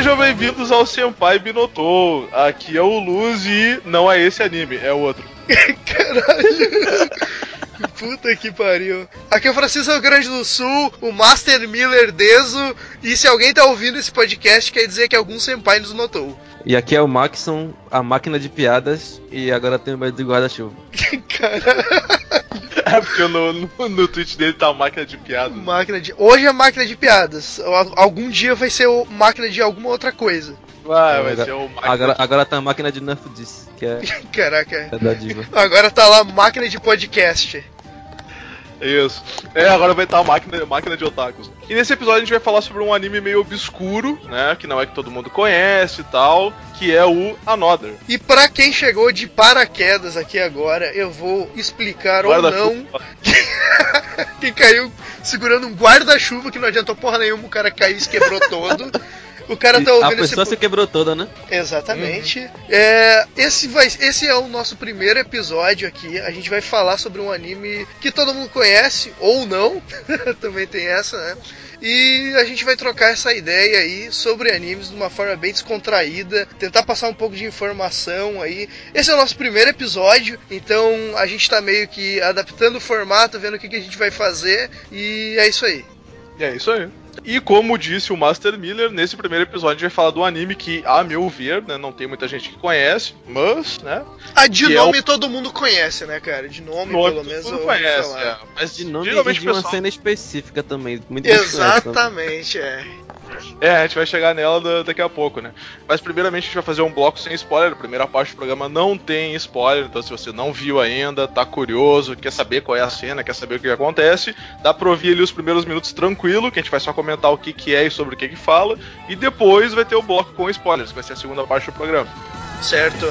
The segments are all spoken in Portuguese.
Sejam bem-vindos ao Senpai Binotou. Aqui é o Luz e não é esse anime, é o outro. Caralho. Puta que pariu. Aqui é o Francisco Rio Grande do Sul, o Master Miller Deso, e se alguém tá ouvindo esse podcast, quer dizer que algum senpai nos notou. E aqui é o Maxon, a máquina de piadas, e agora tenho medo de guarda-chuva. Caralho. É porque no tweet dele tá a máquina de piadas. Hoje é máquina de piadas. Algum dia vai ser máquina de alguma outra coisa. Vai ser o máquina agora tá a máquina de Nerf Diss, que é... Caraca. É da diva. Agora tá lá máquina de podcast. Isso. Agora vai estar a máquina de otakus. E nesse episódio a gente vai falar sobre um anime meio obscuro, né? Que não é que todo mundo conhece e tal, que é o Another. E pra quem chegou de paraquedas aqui agora, eu vou explicar ou não. Quem caiu segurando um guarda-chuva que não adiantou porra nenhuma, o cara caiu e se quebrou todo. O cara tá ouvindo a pessoa se quebrou toda, né? Exatamente. Esse é o nosso primeiro episódio aqui. A gente vai falar sobre um anime que todo mundo conhece, ou não. Também tem essa, né? E a gente vai trocar essa ideia aí sobre animes de uma forma bem descontraída, tentar passar um pouco de informação aí. Esse é o nosso primeiro episódio, então a gente tá meio que adaptando o formato, vendo o que a gente vai fazer, e é isso aí. É isso aí. E como disse o Master Miller, nesse primeiro episódio a gente vai falar do anime que, a meu ver, né, não tem muita gente que conhece, mas, né... De nome todo mundo conhece, né, cara? De nome pelo menos todo mundo conhece, Mas de nome geralmente de uma cena específica também. Muito exatamente, a gente vai chegar nela daqui a pouco, né? Mas primeiramente a gente vai fazer um bloco sem spoiler. A primeira parte do programa não tem spoiler, então se você não viu ainda, tá curioso, quer saber qual é a cena, quer saber o que acontece, dá pra ouvir ali os primeiros minutos tranquilo, que a gente vai só comentar o que é e sobre o que fala, e depois vai ter o bloco com spoilers, que vai ser a segunda parte do programa. Certo.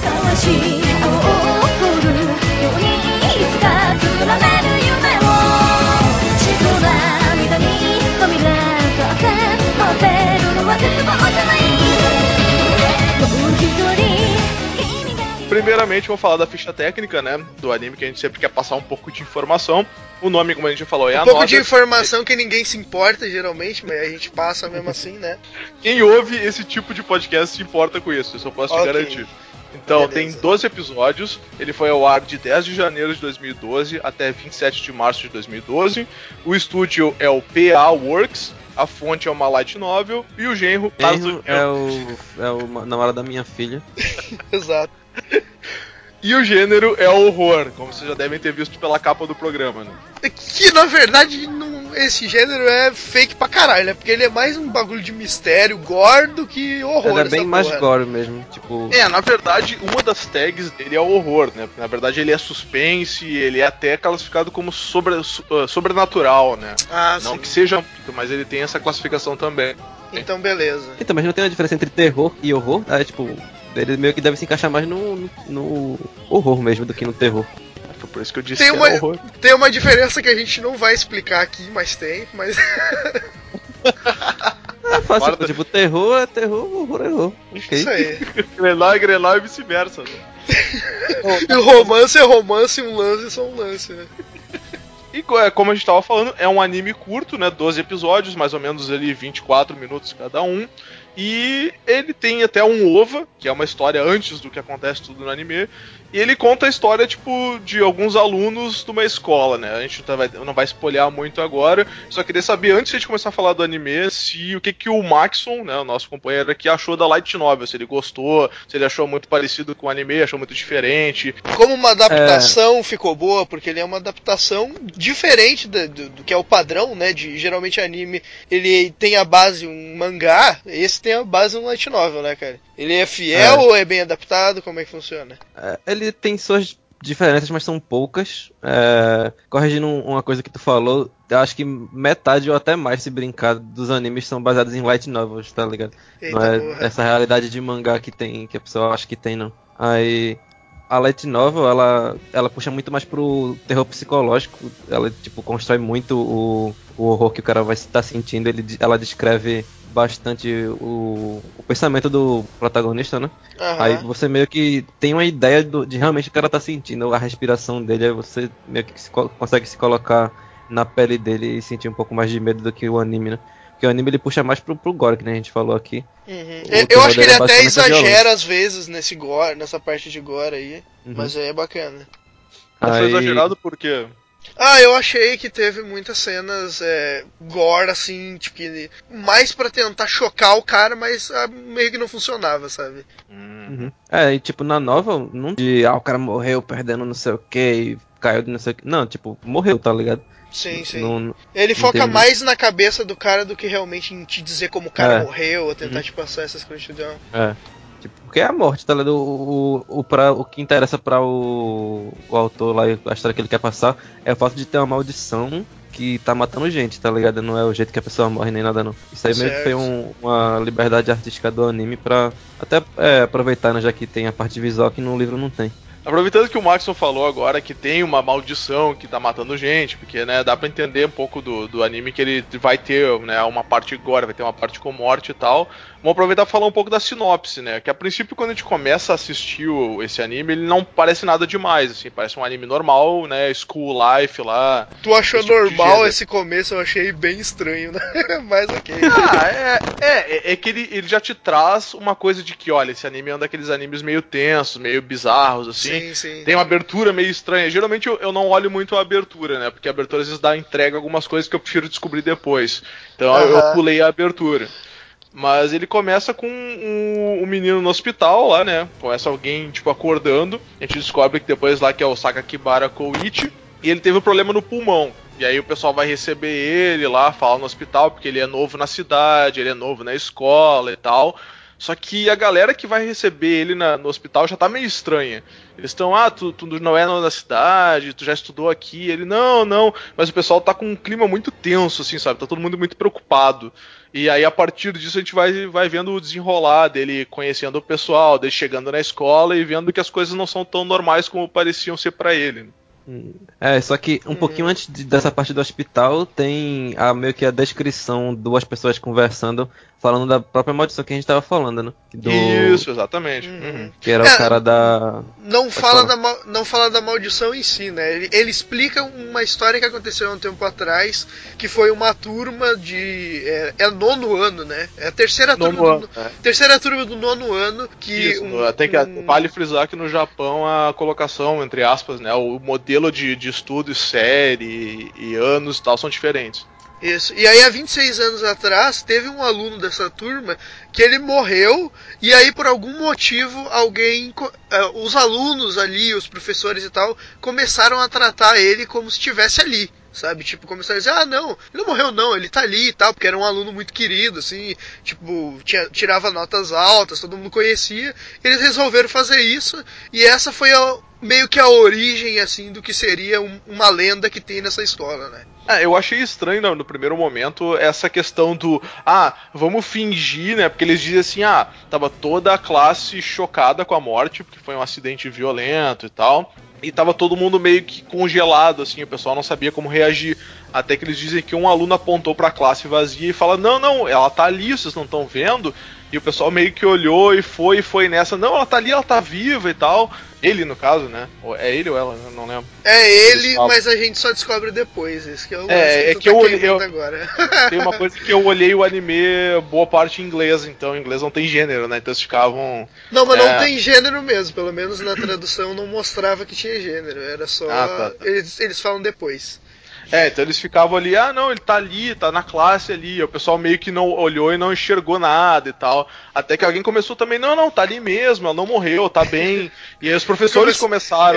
Primeiramente, vamos falar da ficha técnica, né, do anime, que a gente sempre quer passar um pouco de informação. O nome, como a gente já falou, é Another. Um pouco de informação que ninguém se importa, geralmente, mas a gente passa mesmo assim, né? Quem ouve esse tipo de podcast se importa com isso, eu posso te garantir. Então, beleza. Tem 12 episódios, ele foi ao ar de 10 de janeiro de 2012 até 27 de março de 2012. O estúdio é o PA Works, a fonte é uma light novel, e o genro... É o namorado da minha filha. Exato. E o gênero é horror, como vocês já devem ter visto pela capa do programa, né? Que, na verdade, esse gênero é fake pra caralho, né? Porque ele é mais um bagulho de mistério, gore, do que horror. Ele é bem mais gore mesmo, tipo... na verdade, uma das tags dele é horror, né? Na verdade, ele é suspense, ele é até classificado como sobrenatural, né? Não sim. Que seja muito, mas ele tem essa classificação também. Então, beleza. Então, mas não tem uma diferença entre terror e horror? Tipo... Ele meio que deve se encaixar mais no horror mesmo do que no terror. Foi por isso que eu disse que é horror. Tem uma diferença que a gente não vai explicar aqui, mas tem, mas... É fácil, tipo, terror é terror, horror é horror. Okay. Isso aí. Grenal é Grenal e vice-versa, né? E o romance é romance, um lance é só um lance, né? E como a gente tava falando, é um anime curto, né? 12 episódios, mais ou menos ali 24 minutos cada um. E ele tem até um OVA, que é uma história antes do que acontece tudo no anime. E ele conta a história, tipo, de alguns alunos de uma escola, né? A gente não vai spoiler muito agora. Só queria saber, antes de a gente começar a falar do anime, o que o Maxon, né, o nosso companheiro aqui, achou da Light Novel. Se ele gostou, se ele achou muito parecido com o anime, achou muito diferente. Como uma adaptação ficou boa, porque ele é uma adaptação diferente do que é o padrão, né? Geralmente anime, ele tem a base um mangá, esse tem a base um Light Novel, né, cara? Ele é fiel ou é bem adaptado? Como é que funciona? Ele tem suas diferenças, mas são poucas. Corrigindo uma coisa que tu falou, eu acho que metade ou até mais, se brincar, dos animes são baseados em light novels, tá ligado? Eita, não é porra. Essa realidade de mangá que a pessoa acha que tem, não. Aí a light novel, ela puxa muito mais pro terror psicológico. Ela, tipo, constrói muito o horror que o cara vai estar sentindo. Ela descreve bastante o pensamento do protagonista, né? Aham. Aí você meio que tem uma ideia de realmente o cara tá sentindo, a respiração dele, aí você meio que consegue se colocar na pele dele e sentir um pouco mais de medo do que o anime, né? Porque o anime ele puxa mais pro gore, que nem a gente falou aqui. Eu acho que ele até basicamente exagera às vezes nesse gore, nessa parte de gore aí. Uhum. Mas é bacana. Achou exagerado por quê? Eu achei que teve muitas cenas gore, assim, tipo, que mais pra tentar chocar o cara, mas meio que não funcionava, sabe? Uhum. E tipo, na nova, não de o cara morreu perdendo não sei o que e caiu de não sei o que. Não, tipo, morreu, tá ligado? Sim, sim. Não Ele foca tem... mais na cabeça do cara do que realmente em te dizer como o cara morreu, ou tentar te passar essa escrotidão. Tipo, porque é a morte, tá ligado? O que interessa pra o autor lá, a história que ele quer passar, é o fato de ter uma maldição que tá matando gente, tá ligado? Não é o jeito que a pessoa morre nem nada não. Isso aí meio que foi uma liberdade artística do anime pra até aproveitar, né, já que tem a parte visual que no livro não tem. Aproveitando que o Maxon falou agora que tem uma maldição que tá matando gente, porque, né, dá pra entender um pouco do anime que ele vai ter, né, uma parte gore, vai ter uma parte com morte e tal. Vamos aproveitar e falar um pouco da sinopse, né, que a princípio quando a gente começa a assistir esse anime, ele não parece nada demais, assim, parece um anime normal, né, school life lá. Tu achou normal esse começo? Eu achei bem estranho, né, mas ok. É que ele já te traz uma coisa de que, olha, esse anime é um daqueles animes meio tensos, meio bizarros, assim. Sim. Tem uma abertura meio estranha. Geralmente eu não olho muito a abertura, né? Porque a abertura às vezes entrega algumas coisas que eu prefiro descobrir depois. Então eu pulei a abertura. Mas ele começa com um menino no hospital lá, né? Começa alguém, tipo, acordando. A gente descobre que depois lá que é o Sakakibara Koichi. E ele teve um problema no pulmão. E aí o pessoal vai receber ele lá, fala no hospital, porque ele é novo na cidade, ele é novo na escola e tal. Só que a galera que vai receber ele no hospital já tá meio estranha. Eles estão, tu não é novo na cidade, tu já estudou aqui. Ele, não. Mas o pessoal tá com um clima muito tenso, assim, sabe? Tá todo mundo muito preocupado. E aí, a partir disso, a gente vai vendo o desenrolar dele, conhecendo o pessoal, dele chegando na escola e vendo que as coisas não são tão normais como pareciam ser pra ele. Só que um pouquinho antes dessa parte do hospital tem meio que a descrição, duas pessoas conversando, falando da própria maldição que a gente tava falando, né? Isso, exatamente. Que era o cara da... Não fala da maldição em si, né? Ele explica uma história que aconteceu há um tempo atrás, que foi uma turma de... nono ano, né? É a terceira turma do nono ano que... Isso, vale frisar que no Japão a colocação, entre aspas, né? O modelo de estudo, série e anos e tal são diferentes. Isso. E aí, há 26 anos atrás, teve um aluno dessa turma que ele morreu, e aí, por algum motivo, os alunos ali, os professores e tal, começaram a tratar ele como se estivesse ali. Sabe, tipo, começaram a dizer, não, ele não morreu não, ele tá ali e tal, porque era um aluno muito querido, assim, tipo, tirava notas altas, todo mundo conhecia, eles resolveram fazer isso, e essa foi meio que a origem, assim, do que seria uma lenda que tem nessa escola, né? Eu achei estranho no primeiro momento essa questão do vamos fingir, né? Porque eles dizem assim, tava toda a classe chocada com a morte, porque foi um acidente violento e tal. E tava todo mundo meio que congelado, assim, o pessoal não sabia como reagir. Até que eles dizem que um aluno apontou pra classe vazia e fala, não, ela tá ali, vocês não estão vendo? E o pessoal meio que olhou e foi nessa, não, ela tá ali, ela tá viva e tal. Ele, no caso, né? É ele ou ela? Eu não lembro. É ele, mas a gente só descobre depois. Isso que é o lance que eu olhei agora. Tem uma coisa que eu olhei o anime boa parte em inglês, então em inglês não tem gênero, né? Então eles ficavam... Não, mas não tem gênero mesmo. Pelo menos na tradução não mostrava que tinha gênero. Era só... Tá. Eles falam depois. Então eles ficavam ali, não, ele tá ali, tá na classe ali. O pessoal meio que não olhou e não enxergou nada e tal. Até que alguém começou também, não, tá ali mesmo, ela não morreu, tá bem. E aí os professores começaram.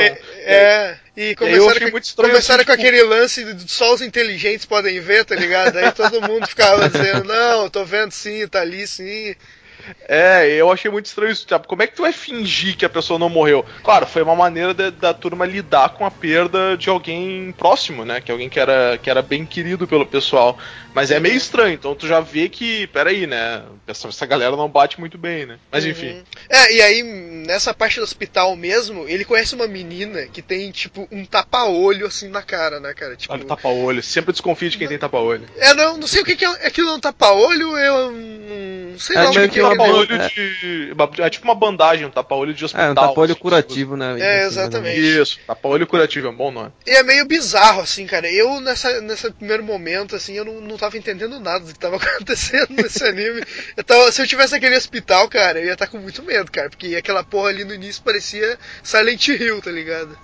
E começaram com aquele lance de só os inteligentes podem ver, tá ligado? Aí todo mundo ficava dizendo, não, eu tô vendo sim, tá ali sim. Eu achei muito estranho isso. Sabe? Como é que tu vai fingir que a pessoa não morreu? Claro, foi uma maneira da turma lidar com a perda de alguém próximo, né? Que alguém que era bem querido pelo pessoal. Mas é meio estranho, então tu já vê que, peraí, né? Essa galera não bate muito bem, né? Mas enfim. E aí, nessa parte do hospital mesmo, ele conhece uma menina que tem, tipo, um tapa-olho assim na cara, né, cara? Tipo... Olha o tapa-olho, sempre desconfio de quem tem tapa-olho. Não sei o que é aquilo, é um tapa-olho, Não sei lá o tipo que é. tapa-olho de... É tipo uma bandagem, um tapa-olho de hospital. Um tapa-olho assim, curativo, né? Exatamente. Isso, tapa-olho curativo, é um bom nome. E é meio bizarro, assim, cara. Eu, nesse primeiro momento, assim, eu não tava entendendo nada do que tava acontecendo nesse anime. Se eu tivesse naquele hospital, cara, eu ia estar com muito medo, cara. Porque aquela porra ali no início parecia Silent Hill, tá ligado?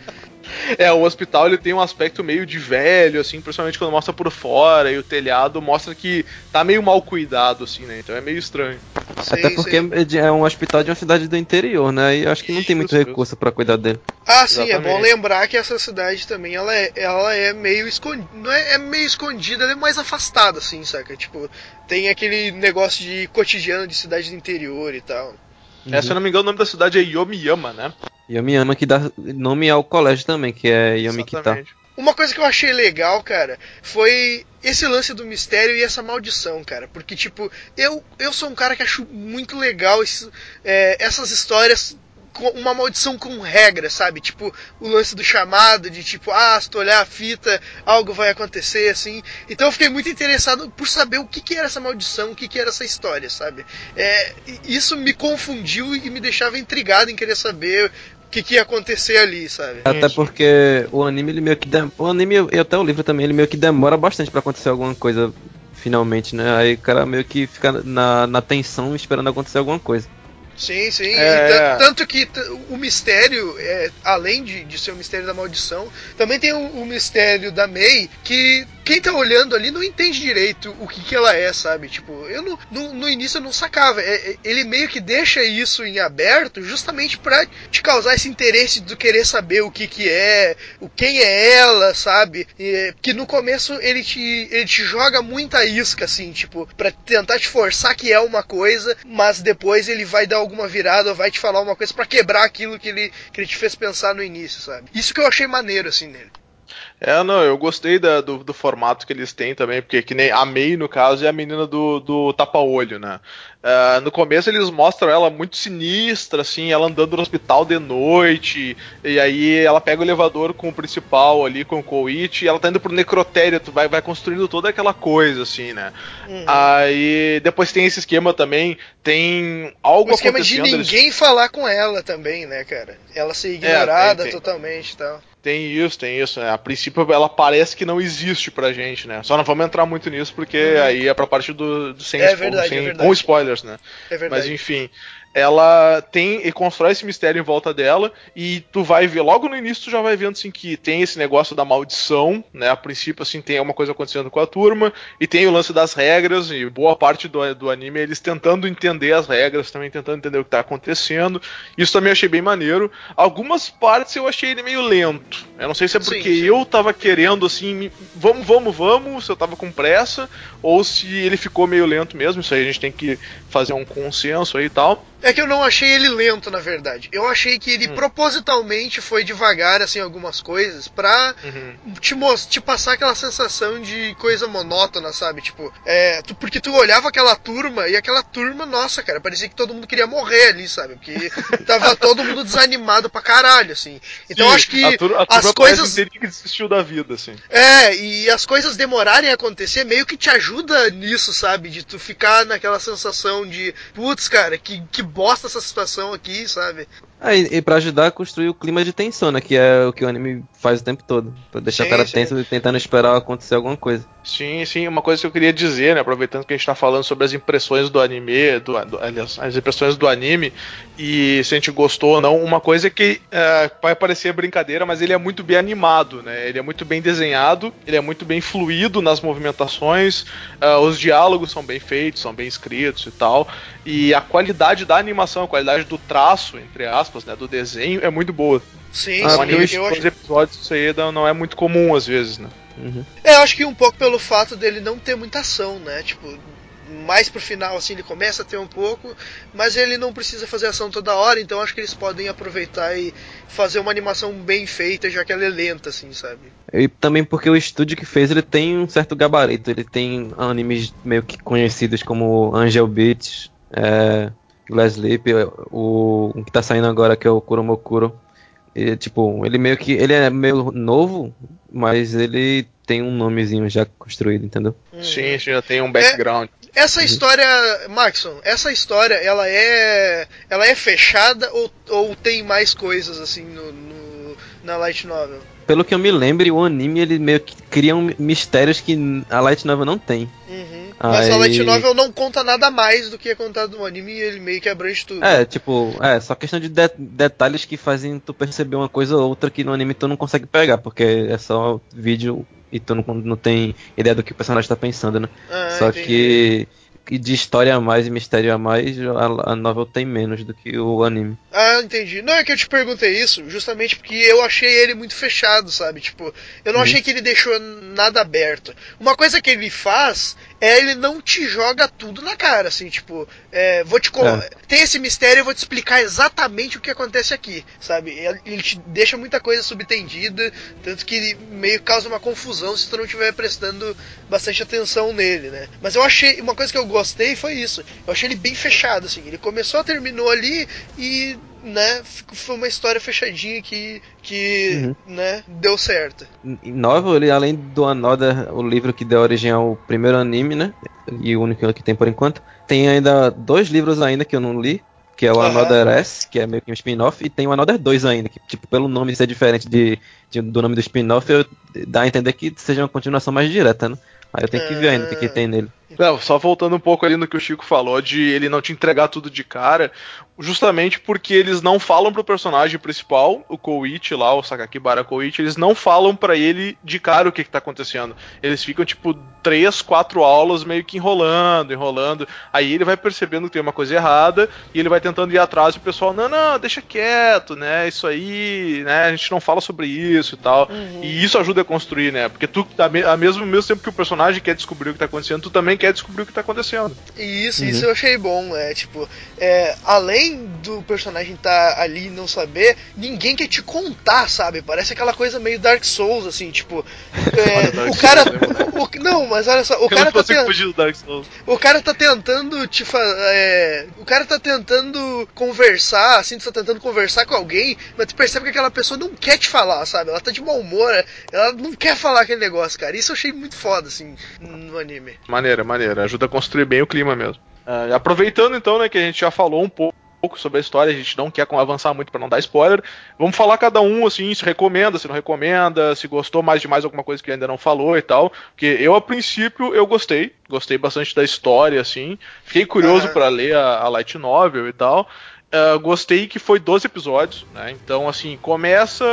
O hospital ele tem um aspecto meio de velho, assim, principalmente quando mostra por fora, e o telhado mostra que tá meio mal cuidado, assim, né? Então é meio estranho. Até porque é um hospital de uma cidade do interior, né? E acho que não tem muito recurso pra cuidar dele. Ah, sim, Exatamente. É bom lembrar que essa cidade também, ela é meio escondida, não é meio escondida, ela é mais afastada, assim, saca? Tipo, tem aquele negócio de cotidiano de cidade do interior e tal. Se eu não me engano, o nome da cidade é Yomiyama, né? Yomiyama, que dá nome ao colégio também, que é Yomikita. Exatamente. Uma coisa que eu achei legal, cara, foi esse lance do mistério e essa maldição, cara. Porque, tipo, eu sou um cara que acho muito legal essas histórias com uma maldição com regras, sabe? Tipo, o lance do chamado, de tipo, se tu olhar a fita, algo vai acontecer, assim. Então eu fiquei muito interessado por saber o que era essa maldição, o que era essa história, sabe? Isso me confundiu e me deixava intrigado em querer saber o que ia acontecer ali, sabe? Até porque o anime, ele meio que... O anime e até o livro também, ele meio que demora bastante pra acontecer alguma coisa finalmente, né? Aí o cara meio que fica na tensão esperando acontecer alguma coisa. Sim. Tanto que o mistério, além de ser o mistério da maldição, também tem o mistério da Mei, que quem tá olhando ali não entende direito o que ela é, sabe? Tipo, eu no início eu não sacava. Ele meio que deixa isso em aberto justamente pra te causar esse interesse de querer saber o que é, quem é ela, sabe? Que no começo ele te joga muita isca, assim, tipo, pra tentar te forçar que é uma coisa, mas depois ele vai dar alguma virada ou vai te falar uma coisa pra quebrar aquilo que ele te fez pensar no início, sabe? Isso que eu achei maneiro, assim, nele. Não, eu gostei do formato que eles têm também, porque que nem a Mei, no caso, é a menina do tapa-olho, né? No começo eles mostram ela muito sinistra, assim, ela andando no hospital de noite, e aí ela pega o elevador com o principal ali, com o Koichi, e ela tá indo pro necrotério, vai construindo toda aquela coisa, assim, né? Uhum. Aí depois tem esse esquema também, tem algo o esquema acontecendo... de ninguém falar com ela também, né, cara? Ela ser ignorada totalmente e tal. Tem isso, né? A princípio ela parece que não existe pra gente, né? Só não vamos entrar muito nisso porque aí é pra parte do sem, com spoilers, né? É verdade. Mas enfim, ela tem e constrói esse mistério em volta dela e tu vai ver, logo no início tu já vai vendo assim que tem esse negócio da maldição, né? A princípio assim tem alguma coisa acontecendo com a turma e tem o lance das regras e boa parte do anime eles tentando entender as regras, também tentando entender o que tá acontecendo. Isso também eu achei bem maneiro. Algumas partes eu achei ele meio lento. Eu não sei se é porque eu tava querendo assim, vamos, se eu tava com pressa ou se ele ficou meio lento mesmo. Isso aí a gente tem que fazer um consenso aí e tal. É que eu não achei ele lento, na verdade. Eu achei que ele propositalmente foi devagar, assim, algumas coisas, pra te passar aquela sensação de coisa monótona, sabe? Tipo, porque tu olhava aquela turma, e aquela turma, nossa, cara, parecia que todo mundo queria morrer ali, sabe? Porque tava todo mundo desanimado pra caralho, assim. Então eu acho que as coisas... que desistiu da vida, assim. E as coisas demorarem a acontecer meio que te ajuda nisso, sabe? De tu ficar naquela sensação de, putz, cara, que bosta essa situação aqui, sabe? E pra ajudar a construir o clima de tensão, né? Que é o que o anime faz o tempo todo. Pra deixar o cara tenso e tentando esperar acontecer alguma coisa. Sim, uma coisa que eu queria dizer, né? Aproveitando que a gente tá falando sobre as impressões do anime, aliás, as impressões do anime, e se a gente gostou ou não, uma coisa é que vai parecer brincadeira, mas ele é muito bem animado, né? Ele é muito bem desenhado, ele é muito bem fluido nas movimentações, os diálogos são bem feitos, são bem escritos e tal, e a qualidade da animação, a qualidade do traço, entre aspas, né? Do desenho é muito boa. Sim, um anime de 2 episódios, isso aí não é muito comum às vezes, né? Eu acho que um pouco pelo fato dele não ter muita ação, né? Tipo, mais pro final, assim, ele começa a ter um pouco, mas ele não precisa fazer ação toda hora, então acho que eles podem aproveitar e fazer uma animação bem feita, já que ela é lenta, assim, sabe? E também porque o estúdio que fez, ele tem um certo gabarito, ele tem animes meio que conhecidos como Angel Beats, Glass Sleep, o que tá saindo agora que é o Kuromokuro. E, tipo, ele é meio novo, mas ele tem um nomezinho já construído, entendeu? Sim, já tem um background. Essa história, Maxon, essa história, ela é fechada ou tem mais coisas assim na Light Novel? Pelo que eu me lembro, o anime ele meio que cria mistérios que a Light Novel não tem. Uhum. Mas a Light Novel não conta nada mais do que é contado no anime e ele meio que abrange tudo. Só questão de detalhes que fazem tu perceber uma coisa ou outra que no anime tu não consegue pegar, porque é só vídeo e tu não tem ideia do que o personagem tá pensando, né? Só entendi. que de história a mais e mistério a mais, a novel tem menos do que o anime. Ah, entendi. Não, é que eu te perguntei isso justamente porque eu achei ele muito fechado, sabe? Tipo, eu não achei que ele deixou nada aberto. Uma coisa que ele faz é ele não te joga tudo na cara, assim, tipo, tem esse mistério, eu vou te explicar exatamente o que acontece aqui, sabe? Ele te deixa muita coisa subentendida, tanto que ele meio causa uma confusão se tu não estiver prestando bastante atenção nele, né? Mas eu achei, uma coisa que eu gostei foi isso. Eu achei ele bem fechado, assim. Ele começou, terminou ali e, né, foi uma história fechadinha que né, deu certo. Em novel, ele, além do Another, o livro que deu origem ao primeiro anime, né? E o único que tem por enquanto, tem ainda 2 livros ainda que eu não li, que é o Another S, que é meio que um spin-off, e tem o Another 2 ainda, que tipo, pelo nome ser diferente do nome do spin-off, dá a entender que seja uma continuação mais direta, né? Aí eu tenho que ver ainda o que tem nele. Não, só voltando um pouco ali no que o Chico falou, de ele não te entregar tudo de cara, justamente porque eles não falam pro personagem principal, o Koichi lá, o Sakakibara Koichi, eles não falam pra ele de cara o que tá acontecendo. Eles ficam, tipo, 3, 4 aulas meio que enrolando. Aí ele vai percebendo que tem uma coisa errada e ele vai tentando ir atrás e o pessoal, não, deixa quieto, né, isso aí, né, a gente não fala sobre isso e tal. E isso ajuda a construir, né, porque tu, ao mesmo tempo que o personagem quer descobrir o que tá acontecendo, tu também quer descobrir o que tá acontecendo. Isso eu achei bom, tipo, além do personagem tá ali e não saber, ninguém quer te contar, sabe? Parece aquela coisa meio Dark Souls, assim, tipo, o cara... não, mas olha só, o cara tá fugir do Dark Souls. O cara tá tentando o cara tá tentando conversar, assim, tu tá tentando conversar com alguém, mas tu percebe que aquela pessoa não quer te falar, sabe? Ela tá de mau humor, ela não quer falar aquele negócio, cara. Isso eu achei muito foda, assim, no anime. Maneira. Ajuda a construir bem o clima mesmo. Aproveitando então, né, que a gente já falou um pouco sobre a história, a gente não quer avançar muito para não dar spoiler. Vamos falar cada um, assim, se recomenda, se não recomenda, se gostou mais de mais alguma coisa que ainda não falou e tal. Porque eu, a princípio, eu gostei bastante da história, assim. Fiquei curioso para ler a Light Novel e tal. Gostei que foi 12 episódios, né? Então, assim, começa,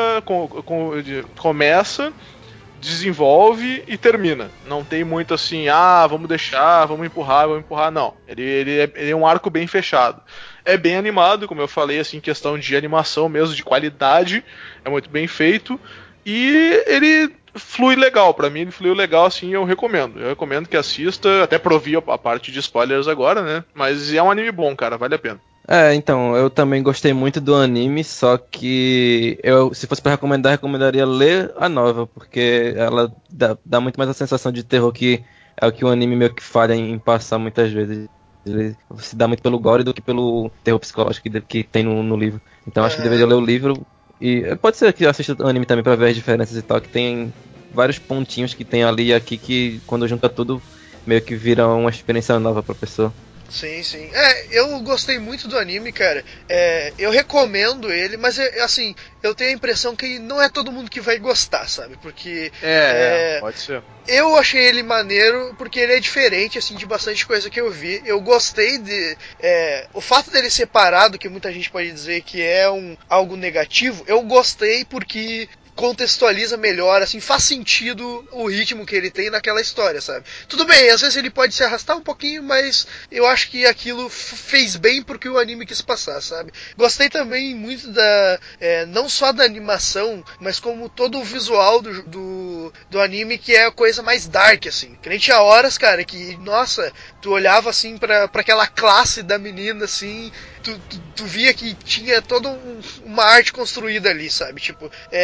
desenvolve e termina. Não tem muito assim, vamos deixar, vamos empurrar, não. Ele é um arco bem fechado. É bem animado, como eu falei, assim, questão de animação mesmo, de qualidade, é muito bem feito. E ele flui legal, pra mim ele fluiu legal, assim, eu recomendo. Eu recomendo que assista, até provi a parte de spoilers agora, né? Mas é um anime bom, cara, vale a pena. Então, eu também gostei muito do anime, só que se fosse pra recomendar, recomendaria ler a novel, porque ela dá muito mais a sensação de terror que é o que o anime meio que falha em passar muitas vezes. Ele se dá muito pelo gore do que pelo terror psicológico que tem no livro. Então acho que deveria ler o livro. E pode ser que eu assista o anime também pra ver as diferenças e tal, que tem vários pontinhos que tem ali e aqui que quando junta tudo meio que vira uma experiência nova pra pessoa. Sim. Eu gostei muito do anime, cara. Eu recomendo ele, mas assim, eu tenho a impressão que não é todo mundo que vai gostar, sabe? Porque. Pode ser. Eu achei ele maneiro porque ele é diferente, assim, de bastante coisa que eu vi. Eu gostei de. O fato dele ser parado, que muita gente pode dizer que é algo negativo, eu gostei porque contextualiza melhor, assim, faz sentido o ritmo que ele tem naquela história, sabe? Tudo bem, às vezes ele pode se arrastar um pouquinho, mas eu acho que aquilo fez bem porque o anime quis passar, sabe? Gostei também muito não só da animação, mas como todo o visual do anime, que é a coisa mais dark, assim. Que nem tinha horas, cara, que, nossa, tu olhava, assim, pra aquela classe da menina, assim, tu via que tinha toda uma arte construída ali, sabe? Tipo, quando eles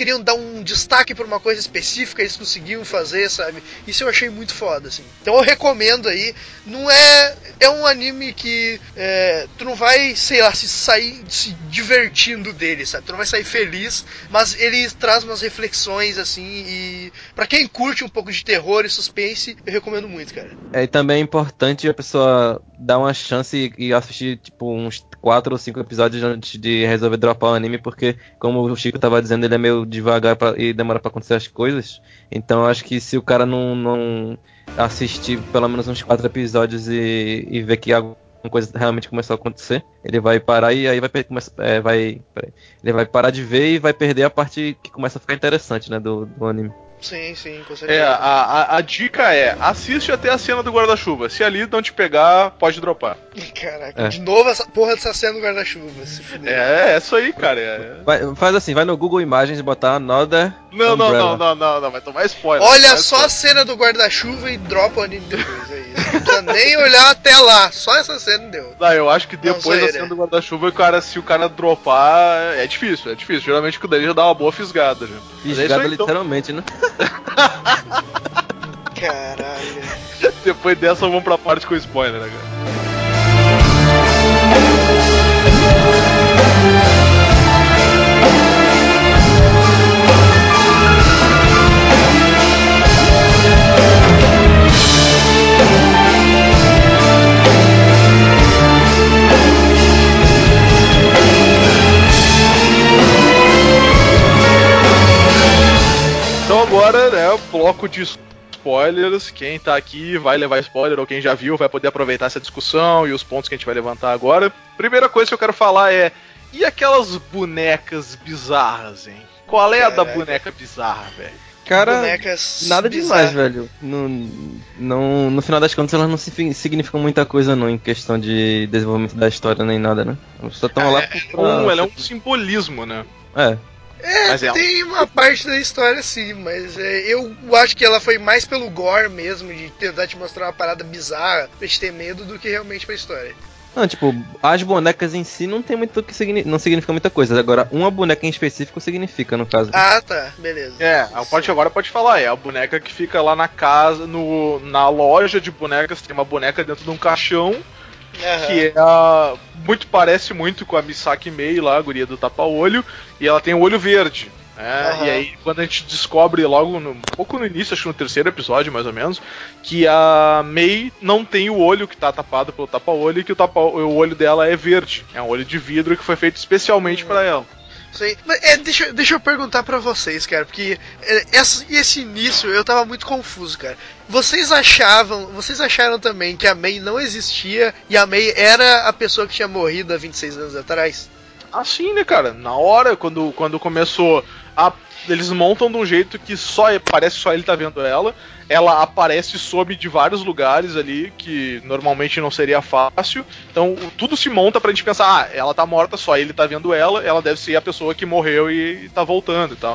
queriam dar um destaque pra uma coisa específica, eles conseguiam fazer, sabe? Isso eu achei muito foda, assim. Então eu recomendo aí. Não é... É um anime que tu não vai, sei lá, sair se divertindo dele, sabe? Tu não vai sair feliz, mas ele traz umas reflexões, assim, e pra quem curte um pouco de terror e suspense, eu recomendo muito, cara. E também é importante a pessoa dar uma chance e assistir, tipo, uns 4 ou 5 episódios antes de resolver dropar o anime, porque, como o Chico tava dizendo, ele é meio devagar e demora pra acontecer as coisas. Então, acho que se o cara não assistir pelo menos uns 4 episódios e ver que alguma coisa realmente começou a acontecer, ele vai parar e aí ele vai parar de ver e vai perder a parte que começa a ficar interessante, né, do anime. Sim, com certeza. A dica é, assiste até a cena do guarda-chuva. Se ali não te pegar, pode dropar. Caraca, de novo essa porra dessa cena do guarda-chuva, se fuder. É isso aí, cara. Faz assim, vai no Google Imagens e botar Another Umbrella. Não, vai tomar spoiler. Olha só a cena do guarda-chuva e dropa o anime depois, é isso. Não precisa nem olhar até lá, só essa cena deu. Não, eu acho que depois da cena do guarda-chuva, se o cara dropar, é difícil. Geralmente o dele já dá uma boa fisgada. Já. Fisgada literalmente, né? Caralho. Depois dessa, vamos pra parte com spoiler, né, cara? Então agora, né, bloco de spoilers. Quem tá aqui vai levar spoiler, ou quem já viu vai poder aproveitar essa discussão e os pontos que a gente vai levantar agora. Primeira coisa que eu quero falar é: e aquelas bonecas bizarras, hein? Qual é a da boneca bizarra, velho? Cara, bonecas nada bizarras. demais, velho. No final das contas, elas não significam muita coisa, não, em questão de desenvolvimento da história nem nada, né? Elas só estão lá ela é um simbolismo, né? Mas tem uma parte da história sim, mas eu acho que ela foi mais pelo gore mesmo, de tentar te mostrar uma parada bizarra pra te ter medo do que realmente pra história. Não, tipo, as bonecas em si não tem muito que não significa muita coisa. Agora, uma boneca em específico significa, no caso. Ah, tá, beleza. A parte agora pode falar, é a boneca que fica lá na casa, na loja de bonecas, tem uma boneca dentro de um caixão. Uhum. Que parece muito com a Misaki Mei lá, a guria do tapa-olho, e ela tem o olho verde. Uhum. E aí, quando a gente descobre logo, um pouco no início, acho que no terceiro episódio, mais ou menos, que a Mei não tem o olho que tá tapado pelo tapa-olho e que o olho dela é verde. É um olho de vidro que foi feito especialmente para ela. Sei. Mas, deixa eu perguntar pra vocês, cara, porque esse início eu tava muito confuso, cara. Vocês acharam também que a Mei não existia e a Mei era a pessoa que tinha morrido há 26 anos atrás? Assim, né, cara? Na hora, quando começou eles montam de um jeito que parece só ele tá vendo ela. Ela aparece e some de vários lugares ali, que normalmente não seria fácil. Então, tudo se monta pra gente pensar, ela tá morta, só ele tá vendo ela deve ser a pessoa que morreu e tá voltando e tal.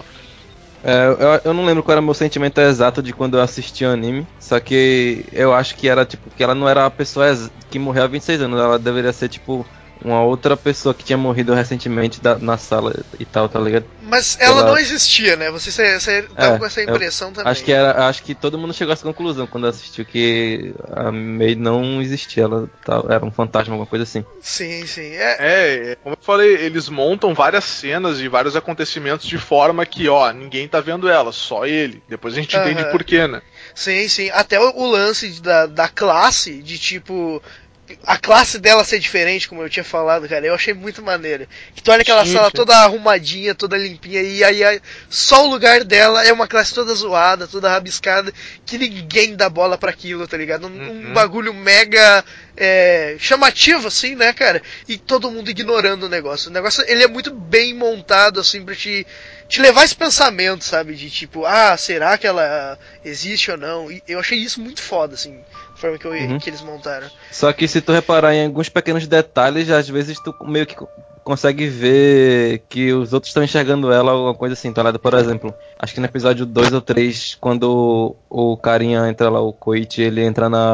Eu não lembro qual era o meu sentimento exato de quando eu assisti o anime, só que eu acho que era tipo, que ela não era a pessoa que morreu há 26 anos, ela deveria ser tipo uma outra pessoa que tinha morrido recentemente na sala e tal, tá ligado? Mas ela não existia, né? Você tava com essa impressão também. Acho que todo mundo chegou a essa conclusão quando assistiu, que a Mei não existia, ela era um fantasma, alguma coisa assim. Sim. Como eu falei, eles montam várias cenas e vários acontecimentos de forma que, ninguém tá vendo ela, só ele. Depois a gente entende por quê, né? Sim. Até o lance da classe, de tipo... A classe dela ser diferente, como eu tinha falado, cara, eu achei muito maneiro. Que tu olha aquela sala toda arrumadinha, toda limpinha, e aí só o lugar dela é uma classe toda zoada, toda rabiscada, que ninguém dá bola pra aquilo, tá ligado? Um bagulho mega chamativo, assim, né, cara? E todo mundo ignorando o negócio. O negócio, ele é muito bem montado, assim, pra te levar esse pensamento, sabe? De tipo, será que ela existe ou não? E eu achei isso muito foda, assim, a forma que eles montaram. Só que se tu reparar em alguns pequenos detalhes, às vezes tu meio que consegue ver que os outros estão enxergando ela, alguma coisa assim, tá ligado? Por exemplo, acho que no episódio 2 ou 3, quando o carinha entra lá, o Koichi, ele entra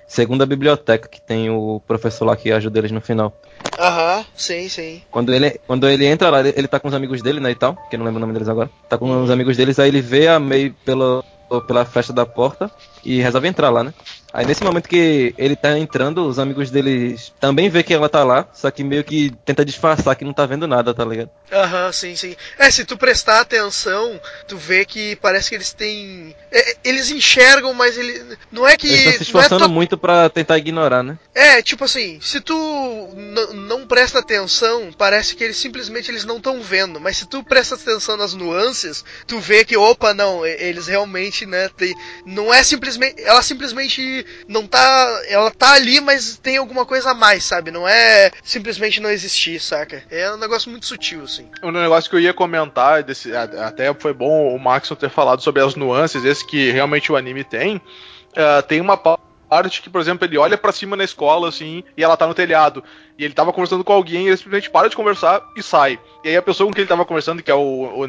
segunda biblioteca, que tem o professor lá que ajuda eles no final. Aham, sim. Quando ele entra lá, ele tá com os amigos dele, né, e tal, que eu não lembro o nome deles agora. Tá com os amigos deles, aí ele vê a May pela fresta da porta e resolve entrar lá, né? Aí nesse momento que ele tá entrando, os amigos deles também vê que ela tá lá, só que meio que tenta disfarçar que não tá vendo nada, tá ligado? Aham, sim. Se tu prestar atenção, tu vê que parece que eles têm. Eles enxergam, mas ele. Não é que. Eles estão se esforçando muito pra tentar ignorar, né? Tipo assim, se tu não presta atenção, parece que eles não estão vendo, mas se tu presta atenção nas nuances, tu vê que, opa, não, eles realmente, né, não é simplesmente, ela simplesmente não tá, ela tá ali, mas tem alguma coisa a mais, sabe? Não é simplesmente não existir, saca? É um negócio muito sutil, assim. Um negócio que eu ia comentar, até foi bom o Maxon ter falado sobre as nuances, esse que realmente o anime tem. Tem uma parte que, por exemplo, ele olha pra cima na escola, assim, e ela tá no telhado. E ele tava conversando com alguém, e ele simplesmente para de conversar e sai. E aí a pessoa com quem ele tava conversando, que é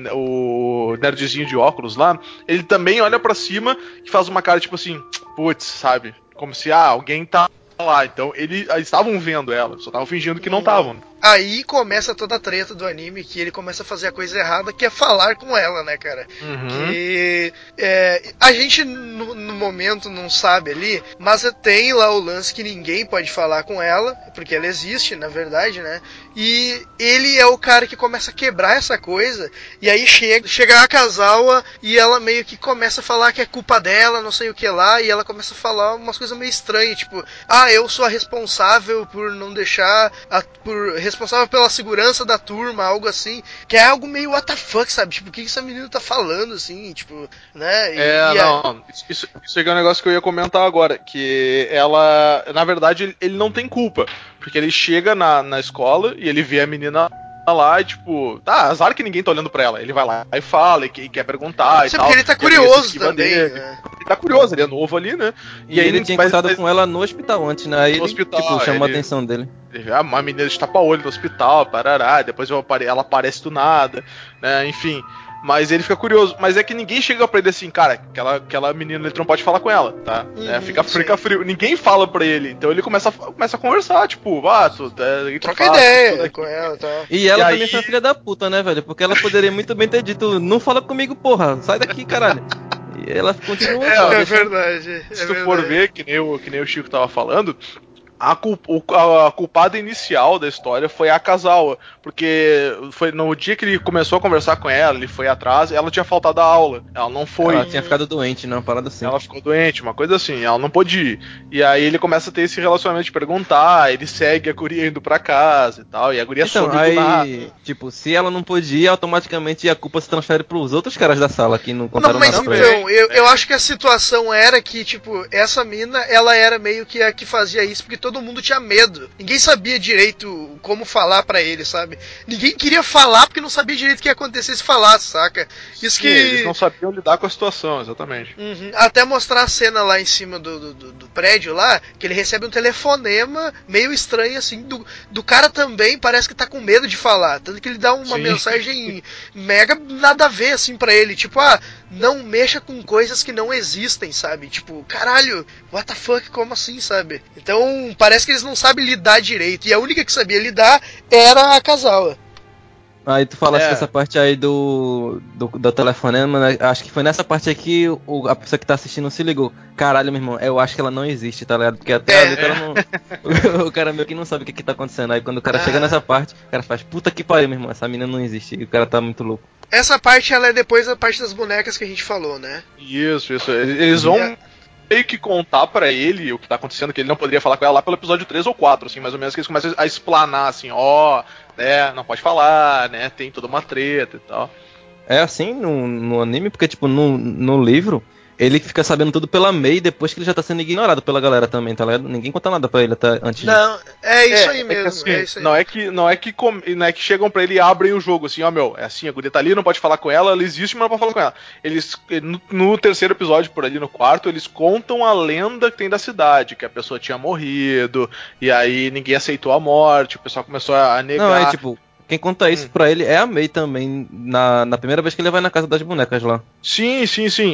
o nerdzinho de óculos lá, ele também olha pra cima e faz uma cara tipo assim, putz, sabe? Como se, alguém tá lá. Então eles estavam vendo ela, só estavam fingindo que não estavam. Aí começa toda a treta do anime, que ele começa a fazer a coisa errada, que é falar com ela, né, cara? Que a gente no momento não sabe ali, mas tem lá o lance que ninguém pode falar com ela, porque ela existe, na verdade, né? E ele é o cara que começa a quebrar essa coisa, e aí chega a Kazawa e ela meio que começa a falar que é culpa dela, não sei o que lá, e ela começa a falar umas coisas meio estranhas, tipo, eu sou a responsável por não deixar, responsável pela segurança da turma, algo assim, que é algo meio what the fuck, sabe? Tipo, o que essa menina tá falando, assim, tipo, né? Isso é um negócio que eu ia comentar agora, que ela, na verdade, ele não tem culpa, porque ele chega na escola e ele vê a menina lá e tipo, azar que ninguém tá olhando pra ela. Ele vai lá e fala, e quer perguntar e tal. Porque ele tá curioso também, né? Ele tá curioso, ele é novo ali, né? E aí ele tinha encontrado com ela no hospital antes, né? Aí ele, chamou a atenção dele. Uma menina de tapa-olho no hospital, parará, depois ela aparece do nada, né? Enfim. Mas ele fica curioso. Mas é que ninguém chega pra ele assim, cara, aquela menina ele não pode falar com ela, tá? Fica frio. Ninguém fala pra ele. Então ele começa a conversar, tipo, troca ideia com ela, tá? E ela também foi filha da puta, né, velho? Porque ela poderia muito bem ter dito, não fala comigo, porra, sai daqui, caralho. E ela continua. É verdade. Se tu for ver, que nem o Chico tava falando, a culpada inicial da história foi a Kazawa, porque foi no dia que ele começou a conversar com ela, ele foi atrás, ela tinha faltado a aula, ela não foi. Ela tinha ficado doente, não, uma parada assim. Ela ficou doente, uma coisa assim, ela não pôde ir. E aí ele começa a ter esse relacionamento de perguntar, ele segue a guria indo pra casa e tal, e a guria some do nada. Tipo, se ela não pôde ir, automaticamente a culpa se transfere pros outros caras da sala que não contaram nada pra ele. Então, eu acho que a situação era que, tipo, essa mina, ela era meio que a que fazia isso, porque todo mundo tinha medo. Ninguém sabia direito como falar pra ele, sabe? Ninguém queria falar porque não sabia direito o que ia acontecer se falasse, saca? Isso Sim, eles não sabiam lidar com a situação, exatamente. Até mostrar a cena lá em cima do prédio lá, que ele recebe um telefonema meio estranho, assim, do cara também, parece que tá com medo de falar. Tanto que ele dá uma mensagem mega nada a ver, assim, pra ele. Tipo, não mexa com coisas que não existem, sabe? Tipo, caralho, what the fuck, como assim, sabe? Então, parece que eles não sabem lidar direito. E a única que sabia lidar era a Kazawa. Aí tu falasse dessa parte aí do telefonema, né? Acho que foi nessa parte aí que a pessoa que tá assistindo se ligou. Caralho, meu irmão, eu acho que ela não existe, tá ligado? Porque até ali ela não... o cara meio que não sabe o que tá acontecendo. Aí quando o cara chega nessa parte, o cara faz, puta que pariu, meu irmão, essa menina não existe. E o cara tá muito louco. Essa parte, ela é depois da parte das bonecas que a gente falou, né? Isso. Eles vão meio que contar pra ele o que tá acontecendo, que ele não poderia falar com ela lá pelo episódio 3 ou 4, assim, mais ou menos, que eles começam a explanar, assim, né, não pode falar, né, tem toda uma treta e tal. É assim no anime, porque, tipo, no livro, ele fica sabendo tudo pela May depois que ele já tá sendo ignorado pela galera também, tá ligado? Ninguém conta nada pra ele até antes disso. Não, é isso aí mesmo. Assim, é isso aí. Não é que chegam pra ele e abrem o jogo, assim, é assim, a guria tá ali, não pode falar com ela existe, mas não pode falar com ela. Eles, no terceiro episódio, por ali no quarto, eles contam a lenda que tem da cidade, que a pessoa tinha morrido, e aí ninguém aceitou a morte, o pessoal começou a negar. Não, é tipo, Quem conta isso pra ele é a Mei também, na primeira vez que ele vai na casa das bonecas lá. Sim.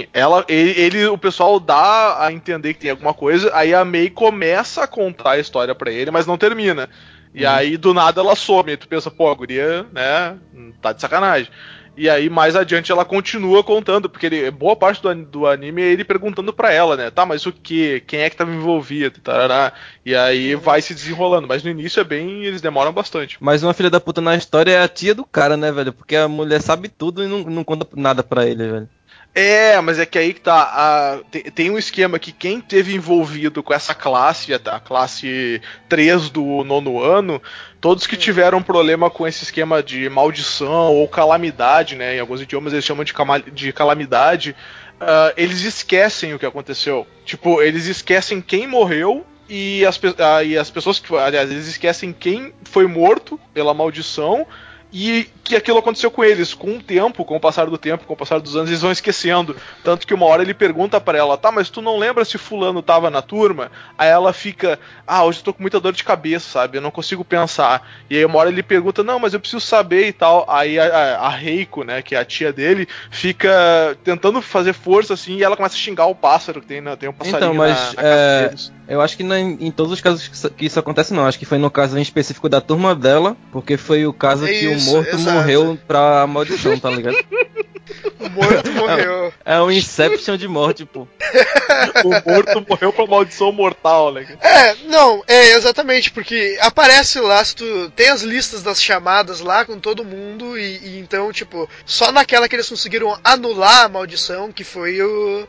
O pessoal dá a entender que tem alguma coisa, aí a Mei começa a contar a história pra ele, mas não termina. E aí, do nada, ela some. E tu pensa, pô, a guria, né, tá de sacanagem. E aí, mais adiante, ela continua contando, porque boa parte do anime é ele perguntando pra ela, né, tá, mas o que? Quem é que tava envolvido? Tarará. E aí vai se desenrolando, mas no início eles demoram bastante. Mas uma filha da puta na história é a tia do cara, né, velho? Porque a mulher sabe tudo e não conta nada pra ele, velho. Mas é que aí que tá. Tem um esquema que quem teve envolvido com essa classe, a classe 3 do nono ano, todos que tiveram problema com esse esquema de maldição ou calamidade, né? Em alguns idiomas eles chamam de calamidade, eles esquecem o que aconteceu. Tipo, eles esquecem quem morreu. E as pessoas que. Aliás, eles esquecem quem foi morto pela maldição. E que aquilo aconteceu com eles. Com o passar do tempo, com o passar dos anos, eles vão esquecendo. Tanto que uma hora ele pergunta pra ela, tá, mas tu não lembra se fulano tava na turma? Aí ela fica, hoje eu tô com muita dor de cabeça, sabe? Eu não consigo pensar. E aí uma hora ele pergunta, não, mas eu preciso saber e tal. Aí a Reiko, né, que é a tia dele, fica tentando fazer força assim, e ela começa a xingar o pássaro, que tem um passarinho então, mas, na casa deles. Eu acho que não é em todos os casos que isso acontece, não. Acho que foi no caso em específico da turma dela, porque foi o caso que o morto morreu pra maldição, tá ligado? O morto morreu. É um Inception de morte, pô. O morto morreu pra maldição mortal, né? Exatamente, porque aparece lá, se tu tem as listas das chamadas lá com todo mundo, e então, tipo, só naquela que eles conseguiram anular a maldição, que foi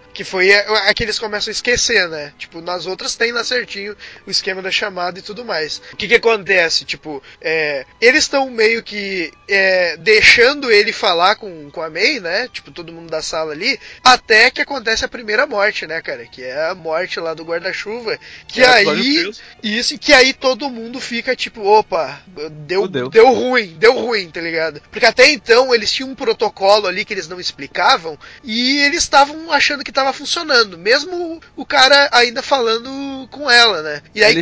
a que eles começam a esquecer, né? Tipo, nas outras tem lá certinho o esquema da chamada e tudo mais. O que acontece? Tipo, eles estão meio que deixando ele falar com a Mei, né? Tipo, todo mundo da sala ali, até que acontece a primeira morte, né, cara? Que é a morte lá do guarda-chuva. Que aí todo mundo fica tipo, opa, deu ruim, tá ligado? Porque até então eles tinham um protocolo ali que eles não explicavam e eles estavam achando que tava funcionando, mesmo o cara ainda falando com ela, né? E aí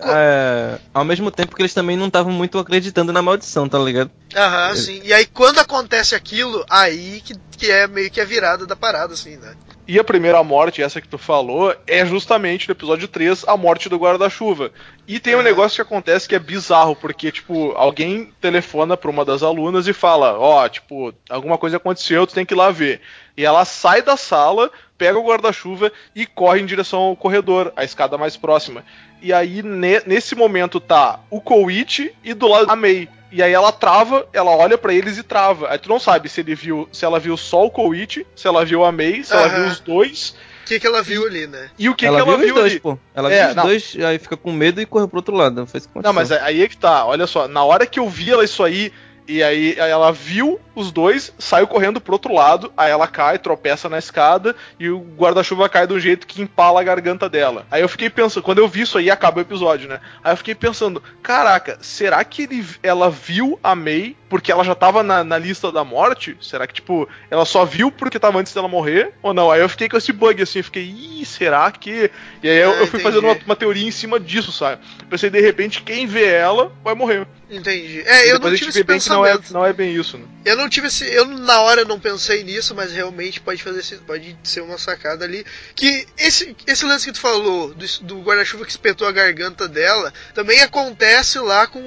ao mesmo tempo que eles também não estavam muito acreditando na maldição, tá ligado? Sim. E aí quando acontece aquilo, aí que é meio que a virada da parada, assim, né? E a primeira morte, essa que tu falou, é justamente no episódio 3, a morte do guarda-chuva. E tem um negócio que acontece que é bizarro, porque, tipo, alguém telefona pra uma das alunas e fala, alguma coisa aconteceu, tu tem que ir lá ver. E ela sai da sala, pega o guarda-chuva e corre em direção ao corredor, a escada mais próxima. E aí, nesse momento, tá o Koichi e do lado a Mei. E aí ela trava, ela olha pra eles e trava. Aí tu não sabe se ela viu só o Koichi, se ela viu a Mei, se ela viu os dois. O que ela viu ali, né? E o que ela viu os dois, pô. Ela viu os dois, aí fica com medo e correu pro outro lado. Não, mas aí é que tá, olha só, na hora que eu vi ela isso aí, e aí ela viu os dois, saiu correndo pro outro lado, aí ela cai, tropeça na escada, e o guarda-chuva cai de um jeito que empala a garganta dela. Aí eu fiquei pensando, quando eu vi isso aí, acaba o episódio, né? Aí eu fiquei pensando, caraca, será que ela viu a Mei porque ela já tava na lista da morte? Será que, tipo, ela só viu porque tava antes dela morrer? Ou não? Aí eu fiquei com esse bug, assim, eu fiquei, será que... E aí eu fui fazendo uma teoria em cima disso, sabe? Pensei, de repente, quem vê ela vai morrer. Entendi. Eu não tive esse pensamento. Que não é bem isso, né? Eu não tive na hora eu não pensei nisso, mas realmente pode ser uma sacada ali. Que esse lance que tu falou, do guarda-chuva que espetou a garganta dela, também acontece lá com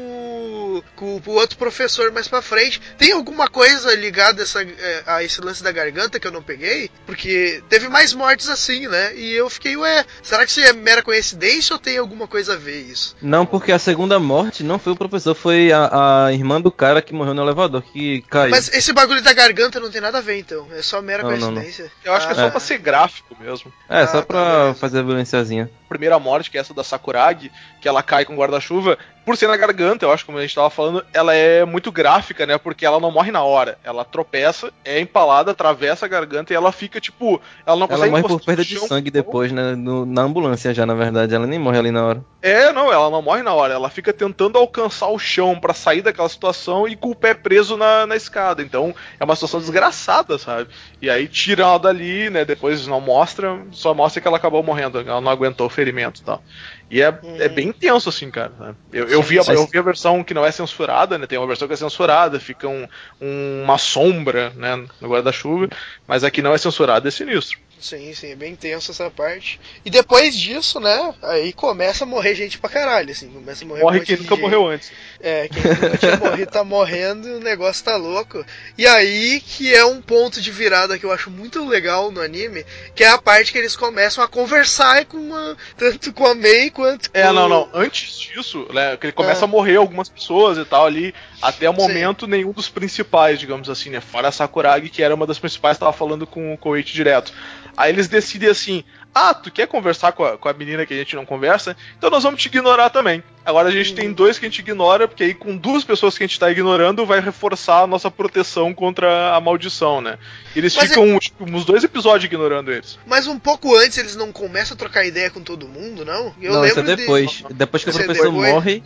o outro professor mais pra frente. Tem alguma coisa ligada a esse lance da garganta que eu não peguei? Porque teve mais mortes assim, né? E eu fiquei, será que isso é mera coincidência ou tem alguma coisa a ver isso? Não, porque a segunda morte não foi o professor, foi a irmã do cara que morreu no elevador, que caiu. Mas esse bagulho da garganta não tem nada a ver, então. É só mera coincidência. Não. Eu acho que é só pra ser gráfico mesmo. Só pra fazer a violênciazinha. Primeira morte, que é essa da Sakuragi, que ela cai com guarda-chuva, por ser na garganta, eu acho, como a gente tava falando, ela é muito gráfica, né? Porque ela não morre na hora. Ela tropeça, é empalada, atravessa a garganta e ela fica, tipo... Ela não consegue... Ela morre por perda de sangue depois, né? Na ambulância já, na verdade. Ela nem morre ali na hora. Ela não morre na hora. Ela fica tentando alcançar o chão pra sair daquela situação e com o pé preso na escada. Então, é uma situação desgraçada, sabe? E aí tiram ela dali, né? Depois não mostra, só mostra que ela acabou morrendo, ela não aguentou o ferimento e tal. E é bem intenso, assim, cara. Né? Eu vi a versão que não é censurada, né? Tem uma versão que é censurada, fica uma sombra, né, no guarda-chuva, mas aqui não é censurada, é sinistro. Sim, é bem tenso essa parte. E depois disso, né, aí começa a morrer gente pra caralho, assim, começa a morrer Morre quem nunca morreu antes. Quem nunca tinha morrido tá morrendo, o negócio tá louco. E aí que é um ponto de virada que eu acho muito legal no anime, que é a parte que eles começam a conversar tanto com a Mei quanto com... Não. Antes disso, né, que ele começa a morrer algumas pessoas e tal ali, até o momento nenhum dos principais, digamos assim, né, fora a Sakuragi, que era uma das principais, tava falando com o Koichi direto. Aí eles decidem assim, tu quer conversar com a menina que a gente não conversa? Então nós vamos te ignorar também. Agora a gente tem 2 que a gente ignora, porque aí com 2 pessoas que a gente tá ignorando vai reforçar a nossa proteção contra a maldição, né? E eles ficam uns 2 episódios ignorando eles. Mas um pouco antes eles não começam a trocar ideia com todo mundo, não? Não, isso é depois. Depois que o professor morre,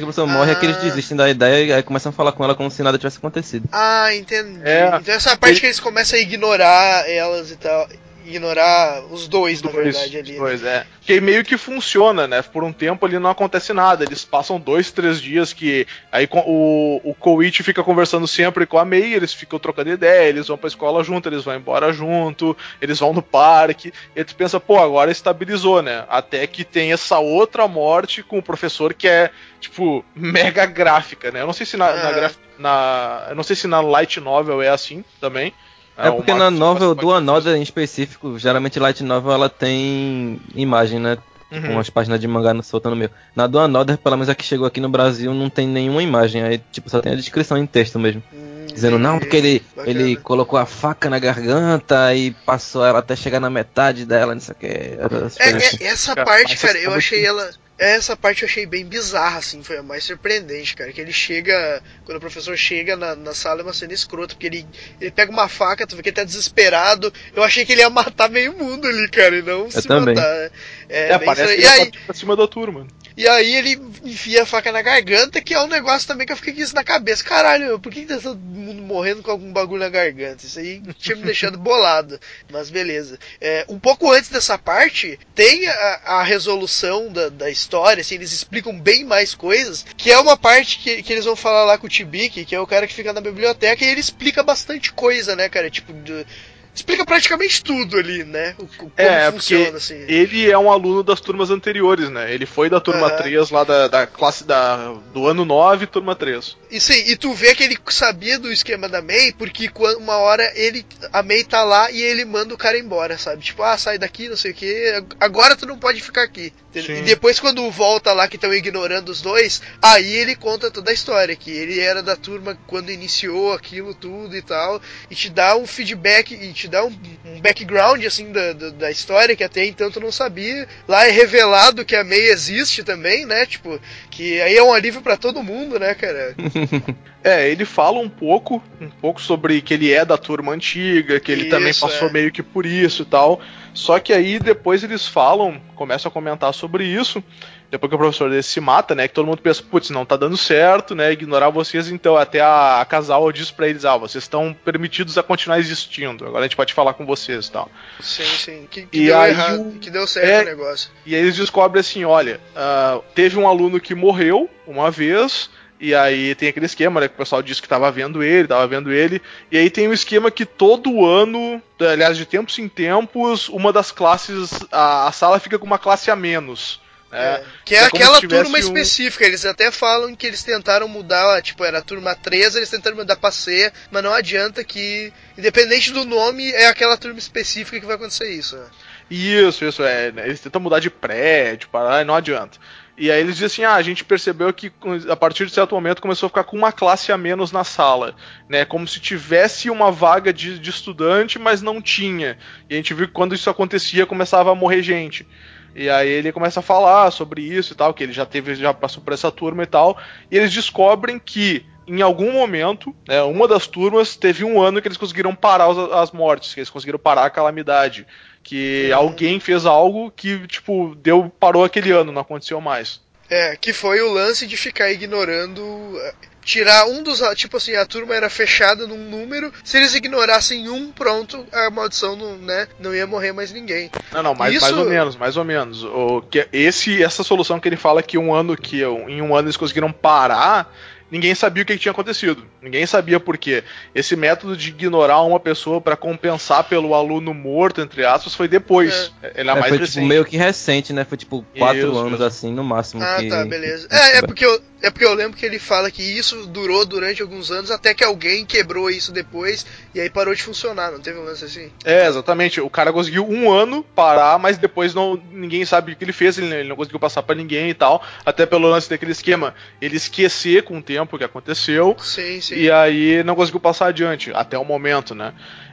é que eles desistem da ideia e aí começam a falar com ela como se nada tivesse acontecido. Entendi. Então essa parte que eles começam a ignorar elas e tal... Ignorar os dois, na verdade, ali. Que meio que funciona, né? Por um tempo ali não acontece nada. Eles passam 2, 3 dias que aí o Koichi fica conversando sempre com a Mei, eles ficam trocando ideia, eles vão pra escola junto, eles vão embora junto, eles vão no parque, e tu pensa, agora estabilizou, né? Até que tem essa outra morte com o professor que é, tipo, mega gráfica, né? Eu não sei se eu não sei se na Light Novel é assim também. É porque na novel do Another em específico, geralmente Light Novel ela tem imagem, né? Tipo, umas páginas de mangá soltando no meio. Na do Another, pelo menos a que chegou aqui no Brasil, não tem nenhuma imagem. Aí, tipo, só tem a descrição em texto mesmo. Dizendo, não, porque ele colocou a faca na garganta e passou ela até chegar na metade dela, não sei o que. Essa parte, cara, eu achei ela... Essa parte eu achei bem bizarra, assim, foi a mais surpreendente, cara. Que ele chega, quando o professor chega na sala, é uma cena escrota, porque ele pega uma faca, tu vê que ele tá desesperado. Eu achei que ele ia matar meio mundo ali, cara, e não se matar. Parece que ele tá pra cima da turma. E aí ele enfia a faca na garganta, que é um negócio também que eu fiquei com isso na cabeça. Caralho, por que tá todo mundo morrendo com algum bagulho na garganta? Isso aí tinha me deixado bolado. Mas beleza. Um pouco antes dessa parte, tem a resolução da história, assim, eles explicam bem mais coisas, que é uma parte que eles vão falar lá com o Tibiki, que é o cara que fica na biblioteca, e ele explica bastante coisa, né, cara? Tipo, explica praticamente tudo ali, né? Como funciona, assim. Ele é um aluno das turmas anteriores, né? Ele foi da turma 3 lá da classe do ano 9, turma 3. Isso aí, e tu vê que ele sabia do esquema da Mei, porque uma hora a Mei tá lá e ele manda o cara embora, sabe? Tipo, sai daqui, não sei o que, agora tu não pode ficar aqui. Sim. E depois quando volta lá que estão ignorando os dois, aí ele conta toda a história, que ele era da turma quando iniciou aquilo tudo e tal, e te dá um feedback, e te dá um background, assim, da história, que até então tu não sabia. Lá é revelado que a Mei existe também, né? Tipo, que aí é um alívio pra todo mundo, né, cara? Ele fala um pouco sobre que ele é da turma antiga, que ele também passou meio que por isso e tal. Só que aí depois eles começam a comentar sobre isso. Depois que o professor desse se mata, né? Que todo mundo pensa, putz, não tá dando certo, né? Ignorar vocês, então até a casal diz pra eles, vocês estão permitidos a continuar existindo. Agora a gente pode falar com vocês e tal. Sim. Que deu errado, que deu certo o negócio. E aí eles descobrem assim, olha, teve um aluno que morreu uma vez. E aí tem aquele esquema, né, que o pessoal disse que tava vendo ele, e aí tem um esquema que todo ano, aliás, de tempos em tempos, uma das classes, a sala fica com uma classe a menos. Que é aquela turma específica, eles até falam que eles tentaram mudar, tipo, era a turma 3, eles tentaram mudar pra C, mas não adianta que, independente do nome, é aquela turma específica que vai acontecer isso. Isso, eles tentam mudar de prédio, não adianta. E aí eles dizem assim, a gente percebeu que a partir de certo momento começou a ficar com uma classe a menos na sala, né, como se tivesse uma vaga de estudante, mas não tinha. E a gente viu que quando isso acontecia, começava a morrer gente. E aí ele começa a falar sobre isso e tal, que ele já passou por essa turma e tal, e eles descobrem que em algum momento, né, uma das turmas teve um ano que eles conseguiram parar as mortes, que eles conseguiram parar a calamidade, que alguém fez algo que, tipo, parou aquele ano, não aconteceu mais. Que foi o lance de ficar ignorando... tirar um dos... Tipo assim, a turma era fechada num número, se eles ignorassem um, pronto, a maldição não ia morrer mais ninguém. Não, mais ou menos. Essa solução que ele fala que em um ano eles conseguiram parar, ninguém sabia o que tinha acontecido. Ninguém sabia por quê. Esse método de ignorar uma pessoa pra compensar pelo aluno morto, entre aspas, foi depois. Ele é mais foi recente. Tipo, meio que recente, né? Foi tipo 4 anos, Isso. assim, no máximo. Ah, tá, beleza. É porque eu lembro que ele fala que isso durou durante alguns anos, até que alguém quebrou isso depois, e aí parou de funcionar, não teve um lance assim? Exatamente. O cara conseguiu um ano parar, mas depois ninguém sabe o que ele fez, ele não conseguiu passar pra ninguém e tal, até pelo lance daquele esquema. Ele esquecer com o tempo o que aconteceu, Sim. E aí não conseguiu passar adiante, até o momento, né?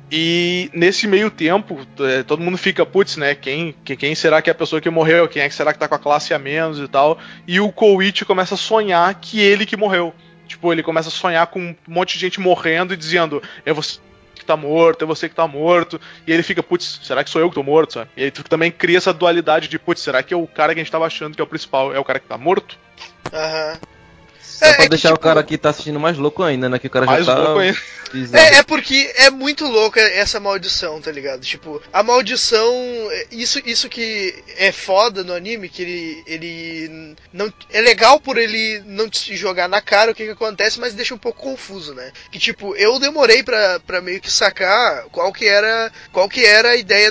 E nesse meio tempo, todo mundo fica, putz, né? Quem será que é a pessoa que morreu? Quem é que será que tá com a classe a menos e tal? E o Koichi começa a sonhar que ele que morreu. Tipo, ele começa a sonhar com um monte de gente morrendo e dizendo, é você que tá morto, é você que tá morto. E ele fica, putz, será que sou eu que tô morto? Sabe? E aí tu também cria essa dualidade de, putz, será que é o cara que a gente tava achando que é o principal, é o cara que tá morto? Aham. Só pra deixar o cara que tá assistindo mais louco ainda, né? Que o cara mais já tá... louco ainda. É porque é muito louca essa maldição, tá ligado? Tipo, a maldição... Isso que é foda no anime, que ele não... É legal por ele não te jogar na cara o que acontece, mas deixa um pouco confuso, né? Que tipo, eu demorei pra meio que sacar qual que era a ideia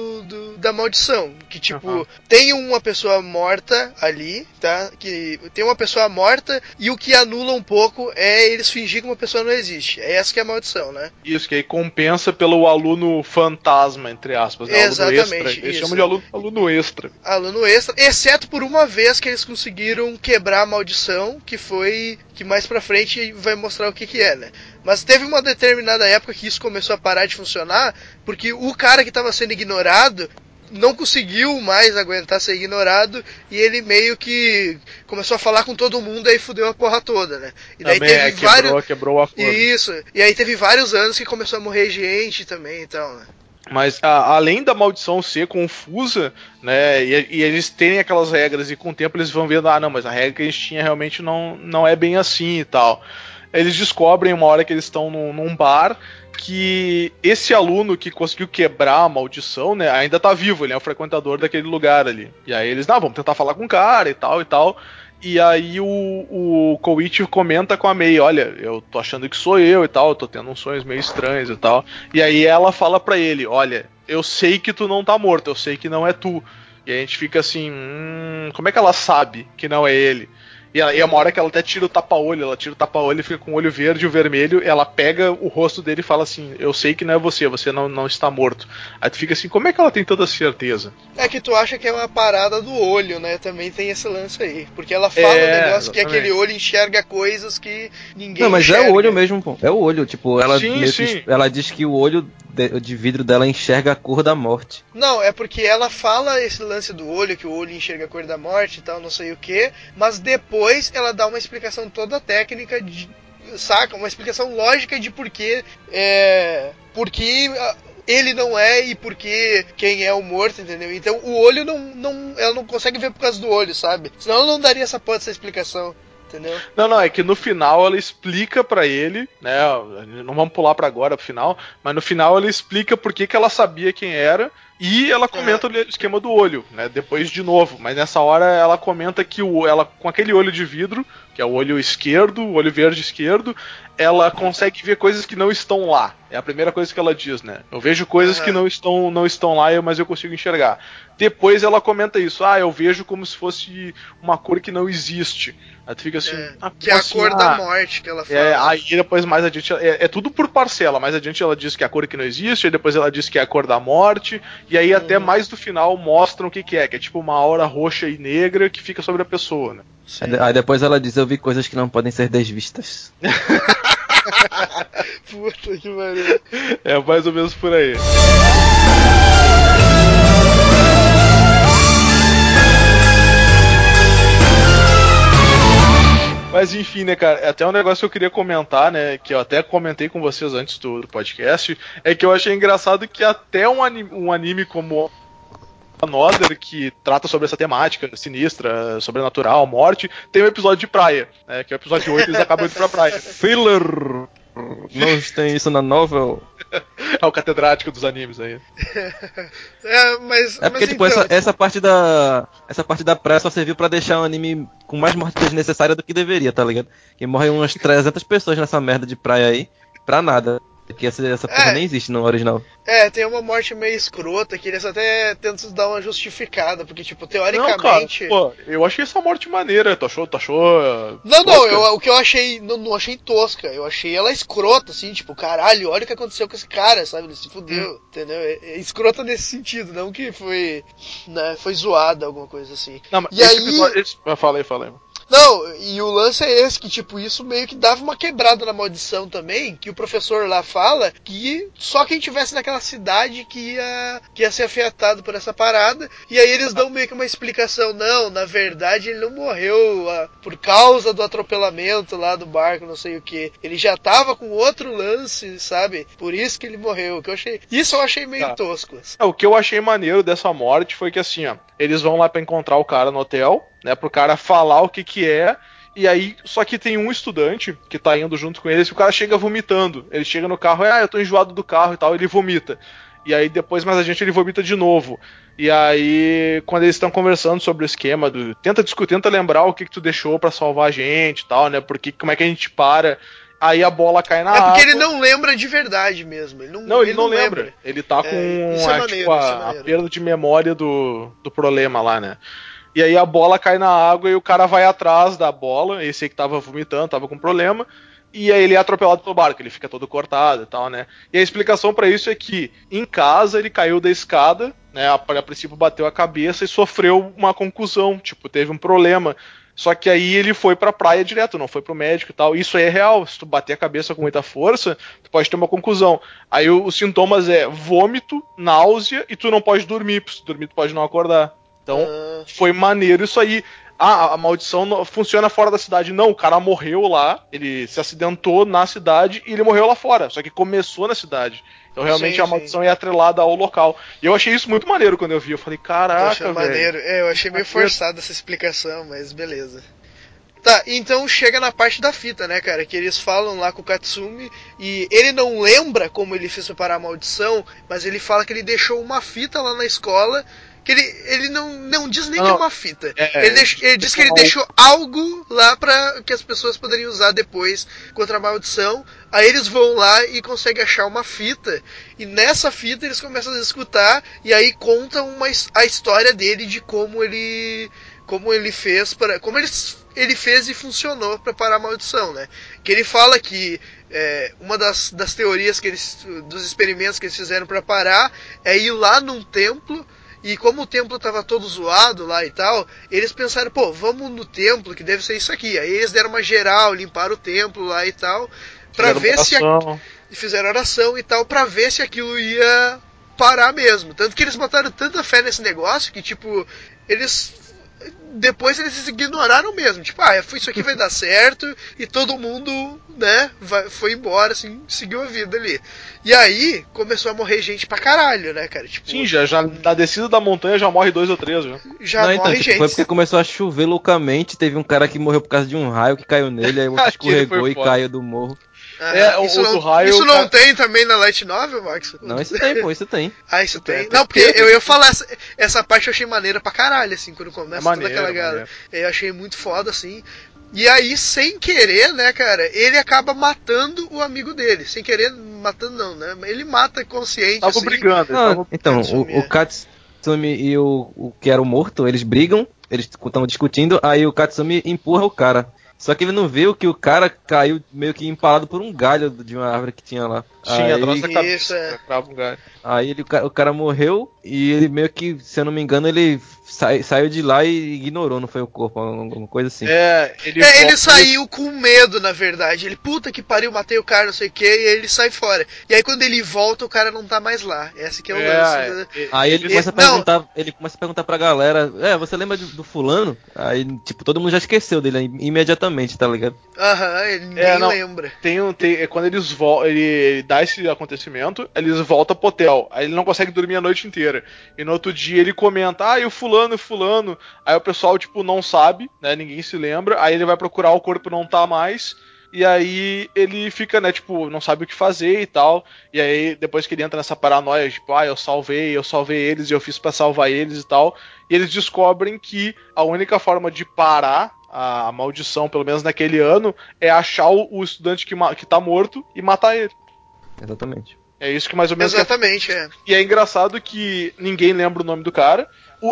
da maldição. Que tipo, tem uma pessoa morta ali, tá? Que tem uma pessoa morta e o que anula um pouco é eles fingir que uma pessoa não existe. É essa que é a maldição, né? Isso, que aí compensa pelo aluno fantasma, entre aspas, né? Exatamente, Aluno extra. Eles chamam de aluno extra. Aluno extra, exceto por uma vez que eles conseguiram quebrar a maldição, que mais pra frente vai mostrar o que é, né? Mas teve uma determinada época que isso começou a parar de funcionar, porque o cara que estava sendo ignorado não conseguiu mais aguentar ser ignorado e ele meio que começou a falar com todo mundo e aí fudeu a porra toda, né? E daí também quebrou o acordo. Isso. E aí teve vários anos que começou a morrer gente também, então, né? Mas além da maldição ser confusa, né, e eles terem aquelas regras e com o tempo eles vão vendo, não, mas a regra que a gente tinha realmente não é bem assim e tal. Eles descobrem uma hora que eles estão num bar que esse aluno que conseguiu quebrar a maldição, né, ainda tá vivo, ele é o frequentador daquele lugar ali. E aí eles, vamos tentar falar com o cara e tal e tal. E aí o Koichi comenta com a Mei, olha, eu tô achando que sou eu e tal, eu tô tendo uns sonhos meio estranhos e tal. E aí ela fala pra ele, olha, eu sei que tu não tá morto, eu sei que não é tu. E a gente fica assim, como é que ela sabe que não é ele? E é uma hora que ela até tira o tapa-olho, e fica com o olho verde e o vermelho, ela pega o rosto dele e fala assim, eu sei que não é você não está morto. Aí tu fica assim, como é que ela tem tanta certeza? É que tu acha que é uma parada do olho, né? Também tem esse lance aí. Porque ela fala um negócio exatamente. que aquele olho enxerga coisas que ninguém Não, mas enxerga. é o olho mesmo, pô. É o olho, tipo, ela Sim, meio sim. que ela diz que o olho de vidro dela enxerga a cor da morte. Não, é porque ela fala esse lance do olho, que o olho enxerga a cor da morte e tal, não sei o que, mas depois ela dá uma explicação toda técnica saca? Uma explicação lógica de por que ele não é e por que quem é o morto, entendeu? Então o olho ela não consegue ver por causa do olho, sabe? Senão ela não daria essa explicação. Entendeu? Não, é que no final ela explica pra ele, né? Não vamos pular pra agora pro final, mas no final ela explica por que ela sabia quem era e ela comenta o esquema do olho, né? Depois de novo, mas nessa hora ela comenta que ela com aquele olho de vidro, que é o olho esquerdo, o olho verde esquerdo, ela consegue ver coisas que não estão lá. É a primeira coisa que ela diz, né? Eu vejo coisas que não estão lá, mas eu consigo enxergar. Depois ela comenta isso, eu vejo como se fosse uma cor que não existe. Aí tu fica assim, que é a cor da morte que ela fala. Aí depois mais adiante, é tudo por parcela, mais adiante ela diz que é a cor que não existe, aí depois ela diz que é a cor da morte, e aí até mais no final mostram o que é tipo uma aura roxa e negra que fica sobre a pessoa, né? Aí depois ela diz, eu vi coisas que não podem ser desvistas. Puta que pariu. É mais ou menos por aí. Mas enfim, né, cara, até um negócio que eu queria comentar, né, que eu até comentei com vocês antes do podcast, é que eu achei engraçado que até um anime como Another, que trata sobre essa temática sinistra, sobrenatural, morte, tem um episódio de praia, né? Que é o episódio 8, eles acabam indo pra praia. Filler! Não tem isso na novel. É o catedrático dos animes aí. É porque, mas tipo, então, essa parte da praia só serviu pra deixar o anime com mais morte desnecessária do que deveria, tá ligado? Que morrem umas 300 pessoas nessa merda de praia aí, pra nada. Que essa porra nem existe no original. tem uma morte meio escrota que eles até tentam dar uma justificada, porque, tipo, teoricamente... Não, cara, pô, eu achei essa morte maneira, tu achou Não, tosca? o que eu achei, não achei tosca, eu achei ela escrota, assim, tipo, caralho, olha o que aconteceu com esse cara, sabe, ele se fudeu, entendeu? É escrota nesse sentido, não que foi, né, foi zoada, alguma coisa assim. Não, mas e esse aí... episódio... Falei. Não, e o lance é esse, que tipo, isso meio que dava uma quebrada na maldição também, que o professor lá fala que só quem tivesse naquela cidade que ia ser afetado por essa parada, e aí eles dão meio que uma explicação, não, na verdade ele não morreu por causa do atropelamento lá do barco, não sei o que, ele já tava com outro lance, sabe, por isso que ele morreu, isso eu achei meio tosco. O que eu achei maneiro dessa morte foi que assim, ó, eles vão lá pra encontrar o cara no hotel, né, pro cara falar o que é, e aí, só que tem um estudante que tá indo junto com eles, e o cara chega vomitando, ele chega no carro, eu tô enjoado do carro e tal, ele vomita, e aí depois mais a gente ele vomita de novo, e aí quando eles estão conversando sobre o esquema, tenta lembrar o que tu deixou pra salvar a gente e tal, né, porque como é que a gente para... Aí a bola cai na água. É porque ele não lembra de verdade mesmo. Ele não lembra. Ele tá com isso é maneiro, a perda de memória do problema lá, né? E aí a bola cai na água e o cara vai atrás da bola. Esse aí que tava vomitando, tava com problema. E aí ele é atropelado pelo barco, ele fica todo cortado e tal, né? E a explicação pra isso é que em casa ele caiu da escada, né? A princípio bateu a cabeça e sofreu uma concussão, tipo, teve um problema. Só que aí ele foi pra praia direto, não foi pro médico e tal. Isso aí é real. Se tu bater a cabeça com muita força, tu pode ter uma conclusão. Aí os sintomas é vômito, náusea e tu não pode dormir. Se tu dormir, tu pode não acordar. Então, foi maneiro isso aí. A maldição funciona fora da cidade. Não, o cara morreu lá, ele se acidentou na cidade e ele morreu lá fora. Só que começou na cidade. Então realmente a maldição é atrelada ao local. E eu achei isso muito maneiro quando eu vi. Eu falei, caraca, velho. Eu achei meio forçada essa explicação, mas beleza. Tá, então chega na parte da fita, né, cara? Que eles falam lá com o Katsumi e ele não lembra como ele fez pra parar a maldição, mas ele fala que ele deixou uma fita lá na escola. Que ele não diz nem que é uma fita. Ele diz que ele deixou algo lá pra que as pessoas poderiam usar depois contra a maldição. Aí eles vão lá e conseguem achar uma fita. E nessa fita eles começam a escutar. E aí contam a história dele de como ele fez ele fez e funcionou para parar a maldição, né? Que ele fala que uma das teorias dos experimentos que eles fizeram para parar é ir lá num templo. E como o templo tava todo zoado lá e tal, eles pensaram, pô, vamos no templo, que deve ser isso aqui. Aí eles deram uma geral, limparam o templo lá e tal, pra ver se... Fizeram oração e tal, pra ver se aquilo ia parar mesmo. Tanto que eles botaram tanta fé nesse negócio que, tipo, depois eles ignoraram mesmo. Tipo, isso aqui vai dar certo. E todo mundo, né, foi embora, assim, seguiu a vida ali. E aí, começou a morrer gente pra caralho, né, cara? Tipo, sim, já na descida da montanha já morre 2 ou 3, já morre gente. Foi porque começou a chover loucamente. Teve um cara que morreu por causa de um raio que caiu nele. Aí o outro escorregou e caiu do morro. Isso não tem também na Light Novel, Max? Não, isso tem, pô, isso tem. Isso tem. Não, porque eu ia falar, essa parte eu achei maneira pra caralho, assim, quando começa toda aquela galera. Eu achei muito foda, assim. E aí, sem querer, né, cara, ele acaba matando o amigo dele. Sem querer, matando não, né? Ele mata consciente, tava assim. Brigando. Então, o Katsumi e o que era o morto, eles brigam, eles estão discutindo, aí o Katsumi empurra o cara. Só que ele não viu que o cara caiu meio que empalado por um galho de uma árvore que tinha lá. Sim, atrás da cabeça, crava um galho. Aí o cara morreu e ele meio que, se eu não me engano, ele saiu de lá e ignorou, não foi o corpo, alguma coisa assim. Ele saiu com medo, na verdade. Ele, puta que pariu, matei o cara, não sei o que, e aí ele sai fora. E aí quando ele volta, o cara não tá mais lá. Esse que é o lance. Aí ele começa a perguntar pra galera, você lembra do fulano? Aí, tipo, todo mundo já esqueceu dele imediatamente. completamente, tá ligado? Aham, ele nem lembra. Quando ele dá esse acontecimento, eles voltam pro hotel. Aí ele não consegue dormir a noite inteira. E no outro dia ele comenta, e o fulano. Aí o pessoal, tipo, não sabe, né? Ninguém se lembra. Aí ele vai procurar, o corpo não tá mais. E aí ele fica, né, tipo, não sabe o que fazer e tal. E aí, depois que ele entra nessa paranoia, tipo, eu salvei eles e eu fiz pra salvar eles e tal. E eles descobrem que a única forma de parar a maldição, pelo menos naquele ano, é achar o estudante que tá morto e matar ele. Exatamente. É isso que mais ou menos... Exatamente, E é engraçado que ninguém lembra o nome do cara.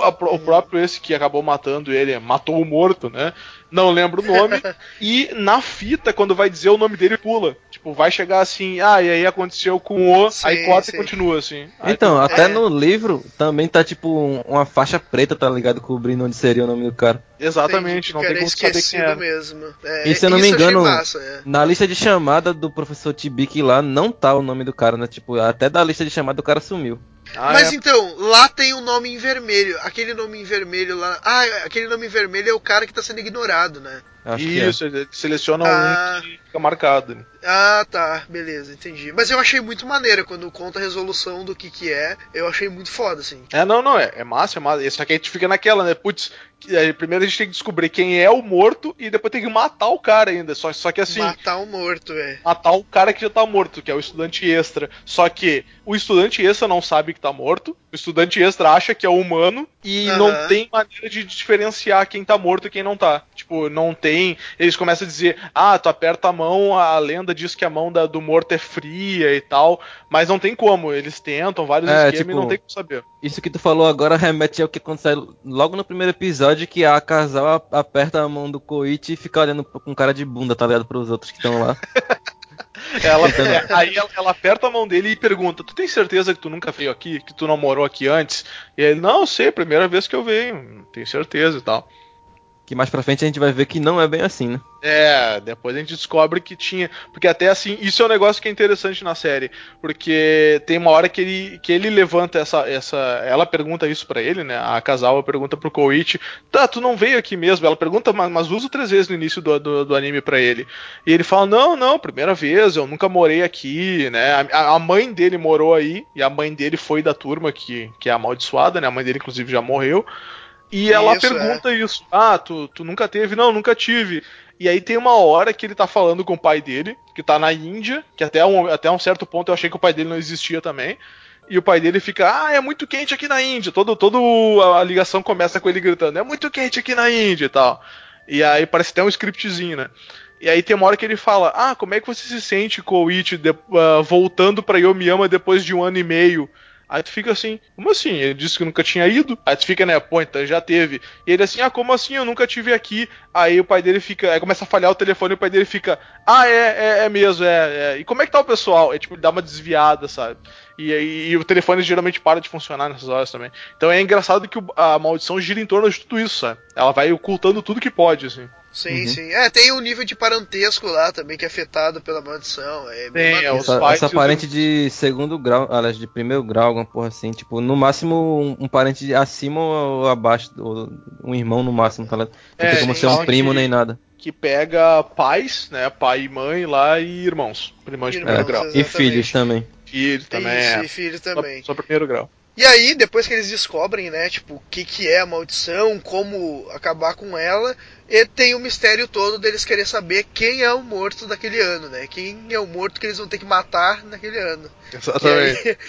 O próprio esse que acabou matando ele, matou o morto, né? Não lembra o nome. E na fita, quando vai dizer o nome dele, pula. Tipo, vai chegar assim, e aí aconteceu com o... Sim, aí corta sim. e continua assim. Então, até no livro também tá tipo uma faixa preta, tá ligado? Cobrindo onde seria o nome do cara. Exatamente, não tem como saber quem era. Mesmo. E se eu não me engano, massa, na lista de chamada do professor Tibiki lá, não tá o nome do cara, né? Tipo, até da lista de chamada o cara sumiu. Mas então, lá tem um nome em vermelho. Aquele nome em vermelho lá. Aquele nome em vermelho é o cara que tá sendo ignorado, né? Acho Isso, ele seleciona um que fica marcado. Né? Tá, beleza, entendi. Mas eu achei muito maneiro quando conta a resolução do que é. Eu achei muito foda, assim. Não, é massa. Só que a gente fica naquela, né? Putz, primeiro a gente tem que descobrir quem é o morto e depois tem que matar o cara ainda. Só que assim. Matar o morto, matar o cara que já tá morto, que é o estudante extra. Só que o estudante extra não sabe que tá morto. O estudante extra acha que é humano e não tem maneira de diferenciar quem tá morto e quem não tá. Tipo, não tem. Eles começam a dizer, tu aperta a mão, a lenda diz que a mão do morto é fria e tal. Mas não tem como. Eles tentam vários esquemas e não tem como saber. Isso que tu falou agora remete ao que acontece logo no primeiro episódio, que a casal aperta a mão do Koichi e fica olhando com cara de bunda, tá ligado? Pros outros que estão lá. Aí ela aperta a mão dele e pergunta, tu tem certeza que tu nunca veio aqui? Que tu não morou aqui antes? E ele, não, eu sei, primeira vez que eu venho, tenho certeza e tal. Que mais pra frente a gente vai ver que não é bem assim, né? Depois a gente descobre que tinha... Porque até assim, isso é um negócio que é interessante na série. Porque tem uma hora que ele levanta essa... Ela pergunta isso pra ele, né? A casal pergunta pro Koichi, tu não veio aqui mesmo? Ela pergunta mas usa 3 vezes no início do anime pra ele. E ele fala, não, primeira vez, eu nunca morei aqui, né? A mãe dele morou aí, e a mãe dele foi da turma que é amaldiçoada, né? A mãe dele inclusive já morreu. E ela pergunta isso. Tu nunca teve? Não, nunca tive. E aí tem uma hora que ele tá falando com o pai dele, que tá na Índia, que até um certo ponto eu achei que o pai dele não existia também. E o pai dele fica, é muito quente aqui na Índia. Toda a ligação começa com ele gritando, é muito quente aqui na Índia e tal. E aí parece até um scriptzinho, né? E aí tem uma hora que ele fala, como é que você se sente, Koichi, voltando pra Yomiama depois de 1 ano e meio? Aí tu fica assim, como assim? Ele disse que nunca tinha ido. Aí tu fica, né, então já teve. E ele assim, como assim? Eu nunca tive aqui. Aí o pai dele fica, aí começa a falhar o telefone e o pai dele fica, é mesmo. E como é que tá o pessoal? Tipo, ele dá uma desviada, sabe? E o telefone geralmente para de funcionar nessas horas também. Então é engraçado que a maldição gira em torno de tudo isso, sabe? Ela vai ocultando tudo que pode, assim. Sim, sim. Tem um nível de parentesco lá também que é afetado pela maldição. Essa parente de segundo grau, aliás, de primeiro grau, alguma porra assim, tipo, no máximo um parente acima ou abaixo, um irmão no máximo, tá ligado? Não tem como ser um primo nem nada. Que pega pais, né, pai e mãe lá e irmãos, irmãos de primeiro grau. E filhos também. Filho também. E filho também. Só primeiro grau. E aí, depois que eles descobrem, né, tipo, o que é a maldição, como acabar com ela, e tem o mistério todo deles querer saber quem é o morto daquele ano, né? Quem é o morto que eles vão ter que matar naquele ano. Exatamente.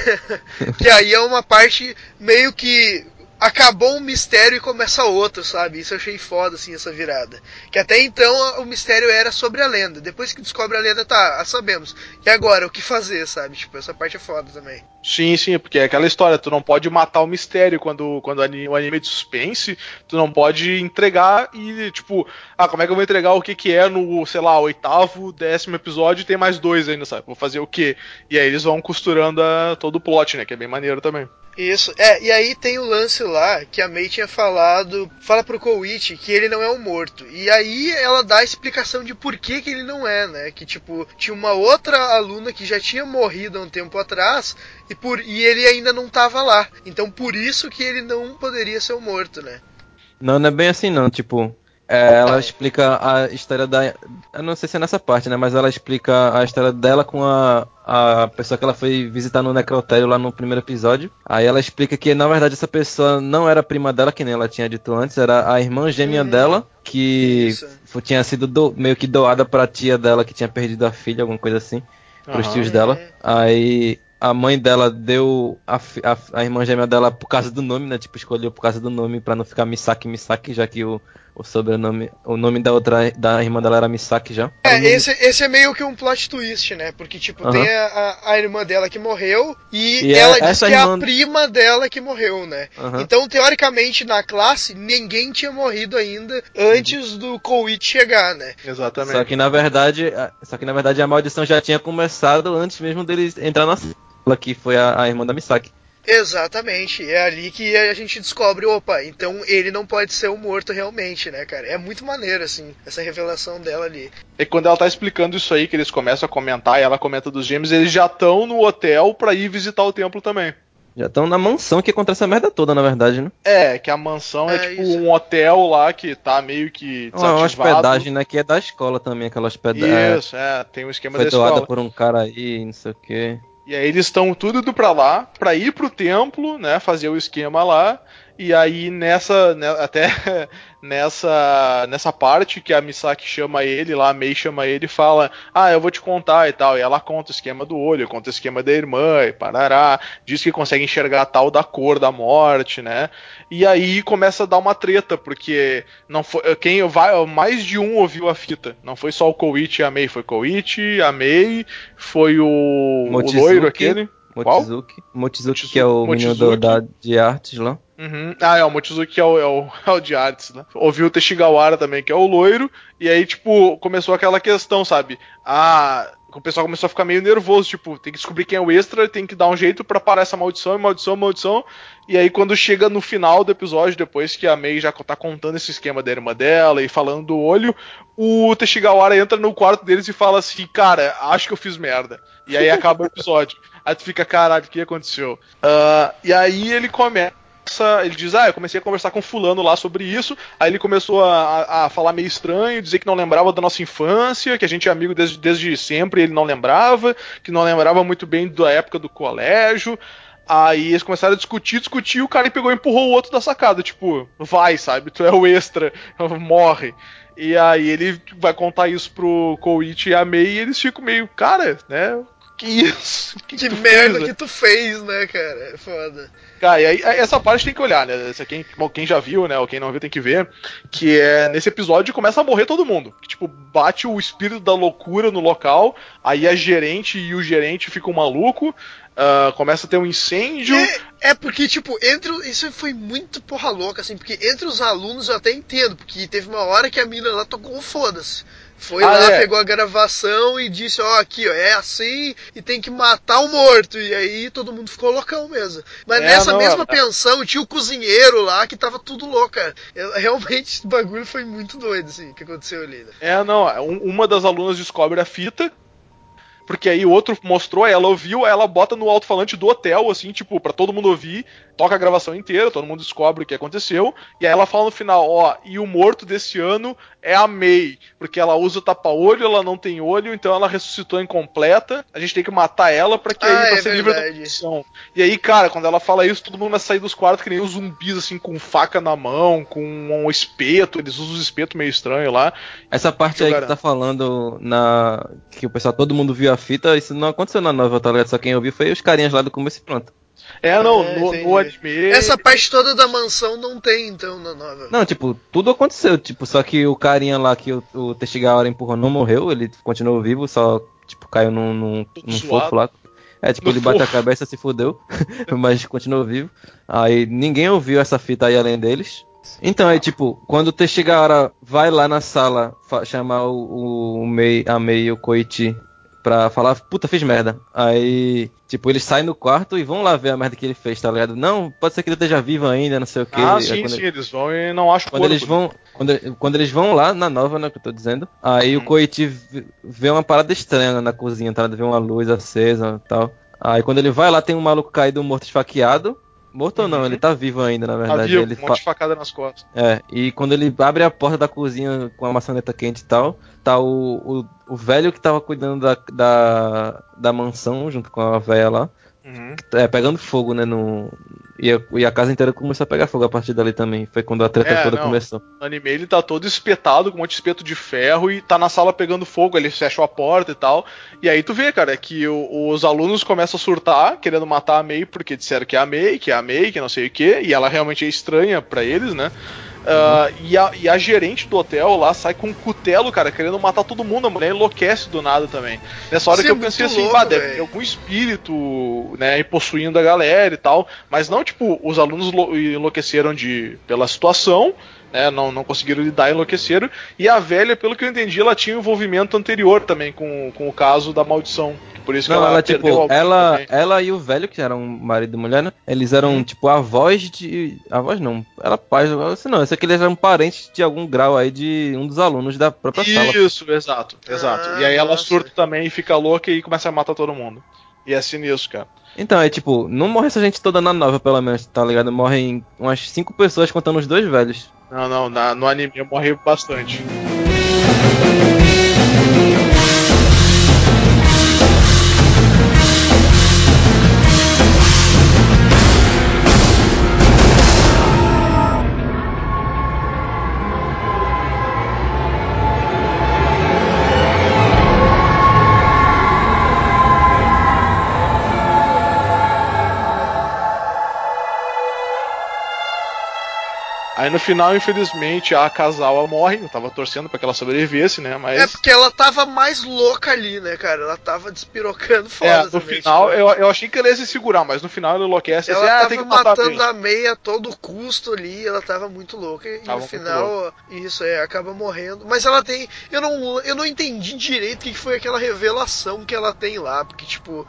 Que aí é uma parte meio que acabou um mistério e começa outro, sabe? Isso eu achei foda, assim, essa virada. Que até então o mistério era sobre a lenda. Depois que descobre a lenda, sabemos. E agora, o que fazer, sabe? Tipo, essa parte é foda também. Sim, porque é aquela história, tu não pode matar o mistério quando o anime é de suspense, tu não pode entregar e, tipo, como é que eu vou entregar o que é no, sei lá, 8º, 10º episódio e tem mais 2 ainda, sabe? Vou fazer o quê? E aí eles vão costurando todo o plot, né? Que é bem maneiro também. Isso, e aí tem o lance lá que a Mei tinha fala pro Koichi que ele não é um morto. E aí ela dá a explicação de por que ele não é, né? Que tipo, tinha uma outra aluna que já tinha morrido há um tempo atrás e ele ainda não tava lá. Então por isso que ele não poderia ser um morto, né? Não é bem assim não, tipo, Ela explica a história da... Eu não sei se é nessa parte, né? Mas ela explica a história dela com a pessoa que ela foi visitar no necrotério lá no primeiro episódio. Aí ela explica que, na verdade, essa pessoa não era prima dela, que nem ela tinha dito antes. Era a irmã gêmea dela, que tinha sido meio que doada pra tia dela, que tinha perdido a filha, alguma coisa assim. Pros tios dela. Aí... A mãe dela deu a irmã gêmea dela por causa do nome, né? Tipo, escolheu por causa do nome pra não ficar Misaki, já que o sobrenome, o nome da irmã dela era Misaki já. Esse é meio que um plot twist, né? Porque, tipo, tem a irmã dela que morreu e ela diz que é a prima dela que morreu, né? Então, teoricamente, na classe, ninguém tinha morrido ainda antes do Koichi chegar, né? Exatamente. Só que, na verdade, a maldição já tinha começado antes mesmo deles entrar na sala, que foi a irmã da Misaki. Exatamente, é ali que a gente descobre, opa, então ele não pode ser o morto realmente, né, cara? É muito maneiro, assim, essa revelação dela ali. E quando ela tá explicando isso aí, que eles começam a comentar, e ela comenta dos gêmeos, eles já estão no hotel pra ir visitar o templo também. Já estão na mansão que acontece essa merda toda, na verdade, né? Que a mansão é tipo isso. Um hotel lá que tá meio que desativado. Uma hospedagem, né, que é da escola também, aquela hospedagem. Isso, tem um esquema da escola. Foi doada por um cara aí, não sei o quê. E aí eles estão tudo indo pra lá, pra ir pro templo, né, fazer o esquema lá, e aí nessa parte que a Misaki chama ele lá, a Mei chama ele e fala, eu vou te contar e tal, e ela conta o esquema do olho, conta o esquema da irmã e parará, diz que consegue enxergar a tal da cor da morte, né, e aí começa a dar uma treta, porque não foi, mais de um ouviu a fita, não foi só o Koichi e a Mei, foi Koichi, a Mei, foi o loiro aquele. Mochizuki, que é o menino de artes lá. O Mochizuki que é o de artes, né? Ouviu o Teshigawara também, que é o loiro, e aí, tipo, começou aquela questão, sabe? O pessoal começou a ficar meio nervoso, tipo, tem que descobrir quem é o extra, tem que dar um jeito pra parar essa maldição, e aí quando chega no final do episódio, depois que a Mei já tá contando esse esquema da irmã dela e falando do olho, o Teshigawara entra no quarto deles e fala assim, cara, acho que eu fiz merda. E aí acaba o episódio. Aí tu fica, caralho, o que aconteceu? E aí ele diz, eu comecei a conversar com fulano lá sobre isso, aí ele começou a falar meio estranho, dizer que não lembrava da nossa infância, que a gente é amigo desde sempre, ele não lembrava, que não lembrava muito bem da época do colégio. Aí eles começaram a discutir, o cara pegou e empurrou o outro da sacada, tipo, vai, sabe, tu é o extra, morre. E aí ele vai contar isso pro Koichi e a Mei, e eles ficam meio, cara, né, que isso? Que merda fez, que tu fez, né, cara? É foda. Cara, e aí essa parte tem que olhar, né? Quem já viu, né? Ou quem não viu tem que ver. Que é nesse episódio começa a morrer todo mundo. Que, tipo, bate o espírito da loucura no local. Aí a gerente e o gerente ficam malucos. Começa a ter um incêndio. Porque, tipo, isso foi muito porra louca, assim. Porque entre os alunos eu até entendo. Porque teve uma hora que a mina lá tocou foda-se. Foi lá, pegou a gravação e disse, aqui, é assim, e tem que matar o morto. E aí todo mundo ficou loucão mesmo. Mas nessa mesma pensão, tinha o cozinheiro lá que tava tudo louco, cara. Realmente, esse bagulho foi muito doido, assim, o que aconteceu ali, né? Uma das alunas descobre a fita, porque aí o outro mostrou, ela ouviu, ela bota no alto-falante do hotel, assim, tipo, pra todo mundo ouvir, toca a gravação inteira, todo mundo descobre o que aconteceu, e aí ela fala no final, e o morto desse ano é a Mei, porque ela usa o tapa-olho, ela não tem olho, então ela ressuscitou incompleta, a gente tem que matar ela pra ser livre da maldição. E aí, cara, quando ela fala isso, todo mundo vai sair dos quartos que nem os zumbis, assim, com faca na mão, com um espeto, eles usam os espetos meio estranho lá. Essa parte aí que tá falando que o pessoal, todo mundo viu a fita, isso não aconteceu na nova, tá ligado? Só quem ouviu foi os carinhas lá do começo e pronto. No anime... Essa parte toda da mansão não tem, então, na nova. Não, tipo, tudo aconteceu, tipo, só que o carinha lá que o Teshigawara empurrou não morreu, ele continuou vivo, só, tipo, caiu num fofo lá. Ele bate a cabeça, se fudeu, mas continuou vivo. Aí ninguém ouviu essa fita aí além deles. Então, aí, tipo, quando o Teshigawara vai lá na sala chamar a Mei e o Koichi pra falar, puta, fiz merda. Aí, tipo, eles saem do quarto e vão lá ver a merda que ele fez, tá ligado? Não, pode ser que ele esteja vivo ainda, não sei o que. Sim, eles vão e não acham quando eles vão lá na nova, né, que eu tô dizendo, aí o Koichi vê uma parada estranha na cozinha, tá ligado? Vê uma luz acesa e tal. Aí quando ele vai lá, tem um maluco caído, morto, esfaqueado. Morto ou não, ele tá vivo ainda, na verdade. Havia Ele um monte de facada nas costas. e quando ele abre a porta da cozinha com a maçaneta quente e tal, tá o velho que tava cuidando da mansão junto com a véia lá, pegando fogo, né? E a casa inteira começou a pegar fogo a partir dali também. Foi quando a treta toda começou. No anime ele tá todo espetado, com um monte de espeto de ferro e tá na sala pegando fogo, eles fecham a porta e tal. E aí tu vê, cara, que os alunos começam a surtar, querendo matar a Mei, porque disseram que é a Mei, que não sei o que, e ela realmente é estranha pra eles, né? E a gerente do hotel lá sai com um cutelo, cara, querendo matar todo mundo. A mulher enlouquece do nada também. Nessa hora que eu pensei assim, deve ter algum espírito, né, possuindo a galera e tal. Mas não, tipo, os alunos enlouqueceram pela situação, né, não conseguiram lidar e enlouqueceram. E a velha, pelo que eu entendi, ela tinha um envolvimento anterior também com o caso da maldição. Por isso que ela perdeu ela e o velho, que eram marido e mulher, né? Eles eram, tipo, avós de... Avós não, era pais, não, eu sei que eles eram parentes de algum grau aí de um dos alunos da própria sala. Isso, exato. E aí ela surta também e fica louca e começa a matar todo mundo. E é sinistro, cara. Então, tipo, não morre essa gente toda na nova, pelo menos, tá ligado? Morrem umas 5 pessoas contando os 2 velhos. Não, no anime eu morri bastante. Aí no final, infelizmente, a Kazawa morre. Eu tava torcendo pra que ela sobrevivesse, né? Mas... É porque ela tava mais louca ali, né, cara? Ela tava despirocando foda. No final, tipo... eu achei que ela ia se segurar, mas no final ela enlouquece. Ela assim, tem que matar matando a Mei a todo custo ali. Ela tava muito louca. E no final, isso acaba morrendo. Mas ela tem... Eu não entendi direito o que foi aquela revelação que ela tem lá. Porque, tipo,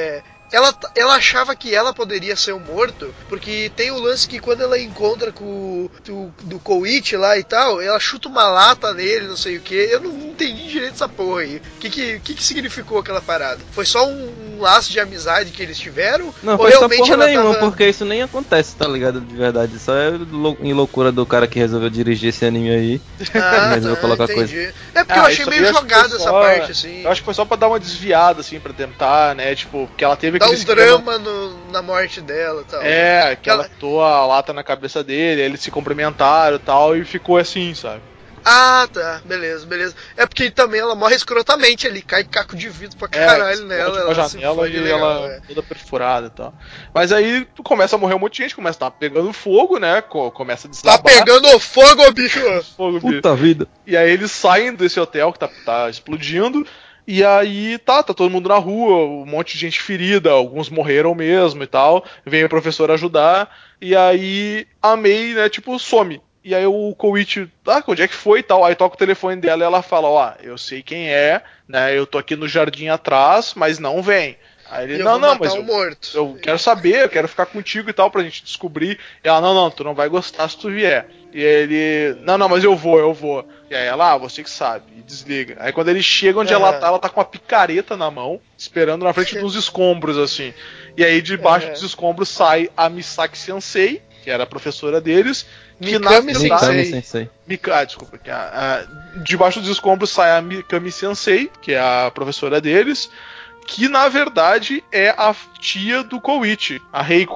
ela achava que ela poderia ser o morto, porque tem o lance que quando ela encontra com do Koichi lá e tal, ela chuta uma lata nele, não sei o que. Eu não entendi direito essa porra aí. O que significou aquela parada? Foi só um laço de amizade que eles tiveram? Não, foi realmente porra nenhuma, porque isso nem acontece, tá ligado? De verdade. Só é em loucura do cara que resolveu dirigir esse anime aí. Resolveu colocar entendi. Coisa. É porque eu achei meio jogado essa parte, assim. Eu acho que foi só pra dar uma desviada, assim, pra tentar, né? Tipo, que ela teve dá um drama na morte dela e tal. Que ela botou a lata na cabeça dele, eles se cumprimentaram e tal, e ficou assim, sabe? Ah, tá, beleza. É porque também ela morre escrotamente ali, cai caco de vidro pra caralho nela. Ela janela e legal, ela toda perfurada e tal. Mas aí começa a morrer um monte de gente, começa a estar pegando fogo, né? Começa a desabar. Tá pegando fogo, bicho! Puta vida. E aí eles saem desse hotel que tá explodindo. E aí tá todo mundo na rua, um monte de gente ferida, alguns morreram mesmo e tal. Vem o professor ajudar. E aí a Mei, né, tipo, some. E aí o Koichi, onde é que foi e tal? Aí toca o telefone dela e ela fala, eu sei quem é, né? Eu tô aqui no jardim atrás, mas não vem. Aí ele, mas eu quero saber, eu quero ficar contigo e tal, pra gente descobrir. E ela, não, tu não vai gostar se tu vier. E ele, não, mas eu vou. E aí ela, você que sabe, e desliga. Aí quando ele chega onde ela tá com uma picareta na mão, esperando na frente dos escombros, assim. E aí debaixo dos escombros sai a Misaki Sensei, que era a professora deles. Mikami Sensei. Desculpa. Debaixo dos escombros sai a Mikami Sensei, que é a professora deles. Que na verdade é a tia do Koichi, a Reiko.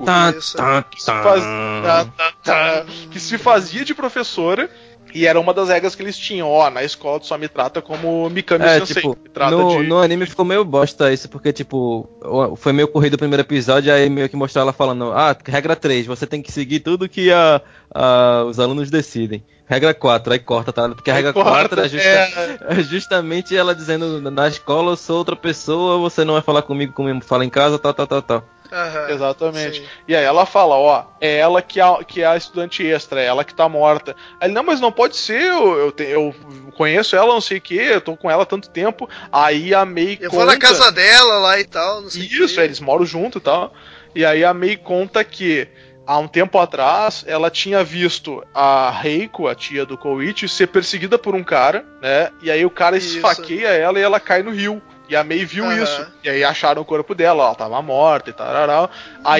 Que se fazia de professora. E era uma das regras que eles tinham, na escola tu só me trata como Mikami Sensei. Tipo, no anime ficou meio bosta isso, porque tipo, foi meio corrido o primeiro episódio, aí meio que mostrou ela falando, regra 3, você tem que seguir tudo que os alunos decidem. Regra 4, aí corta, tá? Porque a regra 4 é justamente ela dizendo, na escola eu sou outra pessoa, você não vai falar comigo como fala em casa, tal. Uhum, exatamente. Sim. E aí ela fala, é ela que é a estudante extra, é ela que tá morta. Aí ele, não, mas não pode ser, eu conheço ela, não sei o que, eu tô com ela há tanto tempo. Aí a Mei eu vou na casa dela lá e tal, não sei o que. Isso, eles moram junto e tal. E aí a Mei conta que há um tempo atrás ela tinha visto a Reiko, a tia do Koichi, ser perseguida por um cara, né? E aí o cara esfaqueia ela e ela cai no rio. E a May viu Aham. isso. E aí acharam o corpo dela, ela tava morta e tal.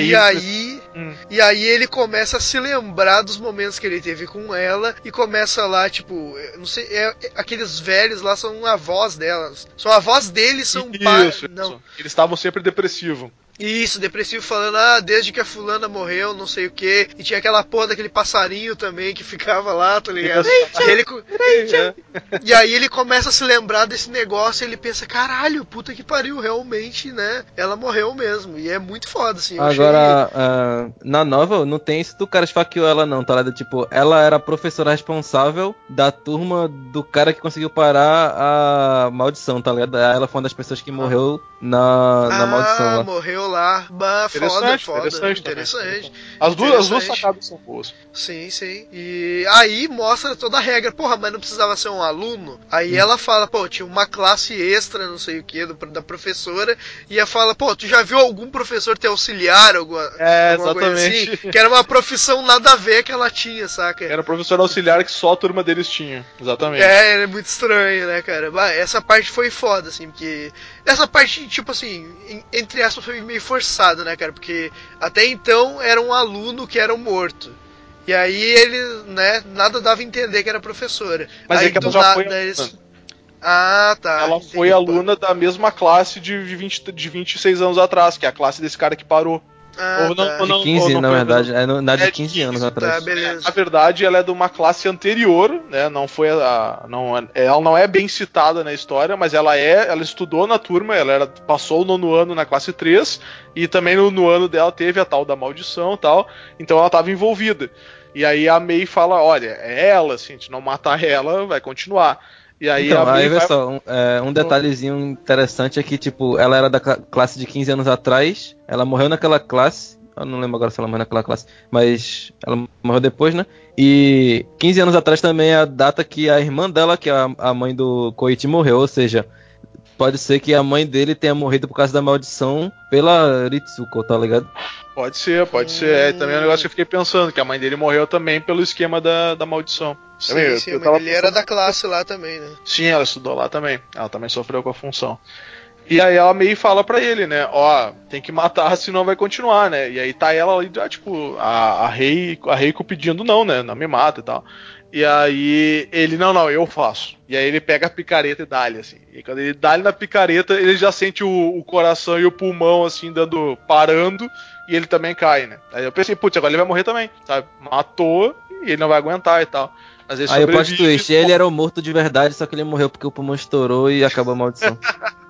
E aí ele começa a se lembrar dos momentos que ele teve com ela e começa lá, tipo, eu não sei, aqueles velhos lá são avós delas. São avós deles, são pais. Não. Isso. Eles estavam sempre depressivos. Isso, depressivo falando, desde que a fulana morreu, não sei o que. E tinha aquela porra daquele passarinho também que ficava lá, tá ligado? E aí ele começa a se lembrar desse negócio e ele pensa, caralho, puta que pariu, realmente, né? Ela morreu mesmo. E é muito foda, assim. Agora, na nova, não tem isso do cara esfaqueou ela não, tá ligado? Tipo, ela era a professora responsável da turma do cara que conseguiu parar a maldição, tá ligado? Ela foi uma das pessoas que morreu na maldição lá. Morreu lá. Interessante. As duas sacadas são boas. Sim. E aí mostra toda a regra. Porra, mas não precisava ser um aluno? Aí ela fala, pô, tinha uma classe extra, não sei o que, da professora. E ela fala, pô, tu já viu algum professor te auxiliar? Alguma exatamente. Coisa assim? Que era uma profissão nada a ver que ela tinha, saca? Era professor auxiliar que só a turma deles tinha. Exatamente. É muito estranho, né, cara? Essa parte foi foda, assim, porque... Essa parte, tipo assim, entre aspas, foi meio forçado, né, cara? Porque até então era um aluno que era um morto. E aí ele, né, nada dava a entender que era professora. Mas aí é que ela já foi tá. Ela foi aluna da mesma classe de 26 anos atrás, que é a classe desse cara que parou. De 15, na verdade. De 15 anos atrás. Tá, beleza. Na verdade, ela é de uma classe anterior, né? Não foi ela não é bem citada na história, mas ela estudou na turma, passou o 9º ano na classe 3, e também no ano dela teve a tal da maldição e tal, então ela estava envolvida. E aí a May fala, olha, é ela, se a gente não matar ela, vai continuar. E aí então, aí vê só, um detalhezinho interessante é que, tipo, ela era da classe de 15 anos atrás, ela morreu naquela classe, eu não lembro agora se ela morreu naquela classe, mas ela morreu depois, né? E 15 anos atrás também é a data que a irmã dela, que é a mãe do Koichi, morreu, ou seja, pode ser que a mãe dele tenha morrido por causa da maldição pela Ritsuko, tá ligado? Pode ser. Também é um negócio que eu fiquei pensando, que a mãe dele morreu também pelo esquema da maldição. Sim, a mãe dele era da classe lá também, né? Sim, ela estudou lá também. Ela também sofreu com a função. E aí ela meio fala pra ele, né? Ó, tem que matar, senão vai continuar, né? E aí tá ela ali, tipo, a Reiko pedindo não, né? Não me mata e tal. E aí ele, não, eu faço. E aí ele pega a picareta e dá-lhe, assim. E quando ele dá-lhe na picareta, ele já sente o coração e o pulmão, assim, parando. E ele também cai, né? Aí eu pensei, putz, agora ele vai morrer também, sabe? Matou e ele não vai aguentar e tal. Mas ele aí o plot twist, ele era o morto de verdade, só que ele morreu porque o pulmão estourou e acabou a maldição.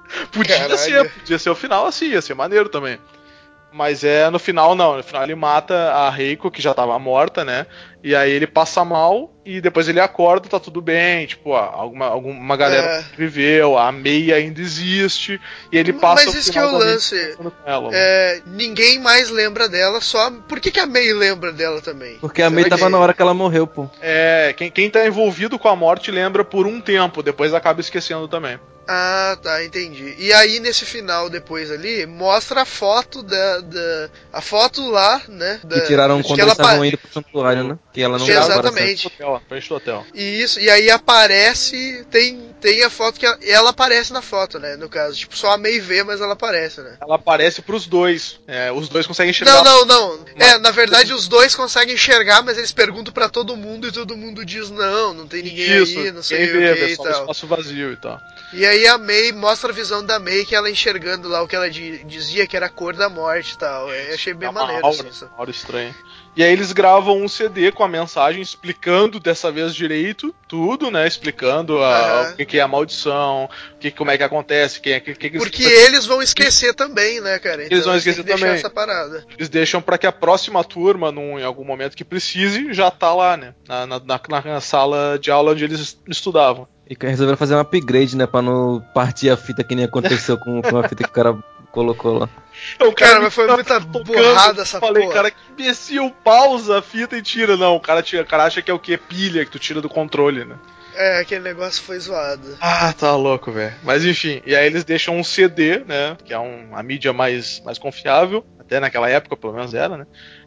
Podia ser o final assim, ia ser maneiro também. Mas no final não, no final ele mata a Reiko, que já tava morta, né? E aí ele passa mal e depois ele acorda, tá tudo bem, tipo, alguma galera viveu, a Mei ainda existe, e ele passa. Mas isso que é o lance. Ninguém mais lembra dela, só. Por que a Mei lembra dela também? Porque a Mei tava na hora que ela morreu, pô. Quem tá envolvido com a morte lembra por um tempo, depois acaba esquecendo também. Ah, tá, entendi. E aí nesse final depois ali, mostra a foto a foto lá, né? Que tiraram quando eles estavam indo pro santuário, né? Que ela não exatamente. Frente do hotel. Isso, e aí aparece, tem a foto que ela aparece na foto, né? No caso, tipo, só a Mei vê, mas ela aparece, né? Ela aparece pros dois. Os dois conseguem enxergar. Não. Na verdade os dois conseguem enxergar, mas eles perguntam pra todo mundo e todo mundo diz não tem ninguém aí, não sei o que e tal. Espaço vazio e tal. E aí a Mei mostra a visão da Mei, que ela enxergando lá o que ela dizia que era a cor da morte e tal. Eu achei bem maneiro. Aura estranha. E aí eles gravam um CD com a mensagem explicando dessa vez direito tudo, né? Explicando o que é a maldição, como é que acontece, porque eles vão esquecer também, né, cara? Então, eles vão esquecer também. Essa parada. Eles deixam pra que a próxima turma, em algum momento que precise, já tá lá, né? Na sala de aula onde eles estudavam. E resolveram fazer um upgrade, né? Pra não partir a fita que nem aconteceu com a fita que o cara colocou lá. Cara, mas foi muita borrada essa porra. Falei, cara, que imbecil, pausa a fita e tira. Não, o cara acha que é o quê? Pilha que tu tira do controle, né? Aquele negócio foi zoado. Tá louco, velho. Mas enfim, e aí eles deixam um CD, né? Que é a mídia mais confiável, até naquela época, pelo menos era, né?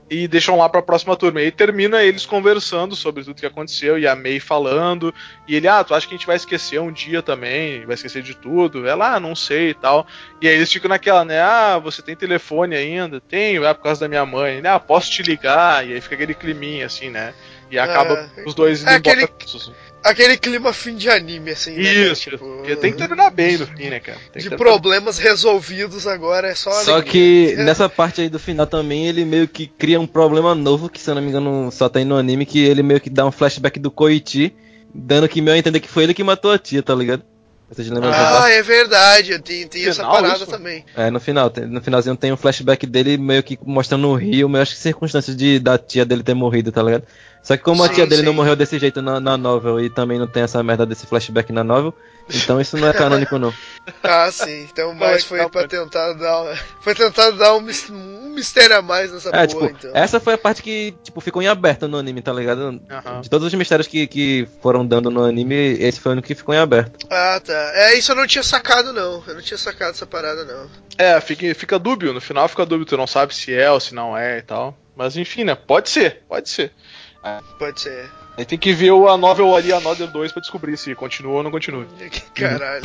e deixam lá pra próxima turma. E aí termina eles conversando sobre tudo que aconteceu, e a May falando, e ele, tu acha que a gente vai esquecer um dia também? Vai esquecer de tudo? Ela, não sei e tal. E aí eles ficam naquela, né, você tem telefone ainda? Tenho, por causa da minha mãe. Posso te ligar? E aí fica aquele climinha, assim, né? E acaba os dois indo embora. Aquele clima fim de anime, assim, né? Isso, porque tem que terminar bem no fim, né, cara? De problemas resolvidos agora é só Só alegria. que nessa parte aí do final também, ele meio que cria um problema novo, que se eu não me engano só tem no anime, que ele meio que dá um flashback do Koichi, dando que meu a entender que foi ele que matou a tia, tá ligado? Vocês lembram dessa parte? É verdade, tem essa parada isso? também. No finalzinho tem um flashback dele meio que mostrando o Rio, meio acho que circunstâncias da tia dele ter morrido, tá ligado? Só que como a tia dele não morreu desse jeito na novel e também não tem essa merda desse flashback na novel, então isso não é canônico não. Sim, então mais foi pra tentar dar um mistério a mais nessa porra, tipo, então. Essa foi a parte que, tipo, ficou em aberto no anime, tá ligado? De todos os mistérios que foram dando no anime, esse foi o único que ficou em aberto. Tá. Isso eu não tinha sacado, não. Eu não tinha sacado essa parada, não. Fica dúbio, no final fica dúbio, tu não sabe se é ou se não é e tal. Mas enfim, né? Pode ser. Pode ser. Aí tem que ver a novel ali, a Another 2, pra descobrir se continua ou não continua. Caralho.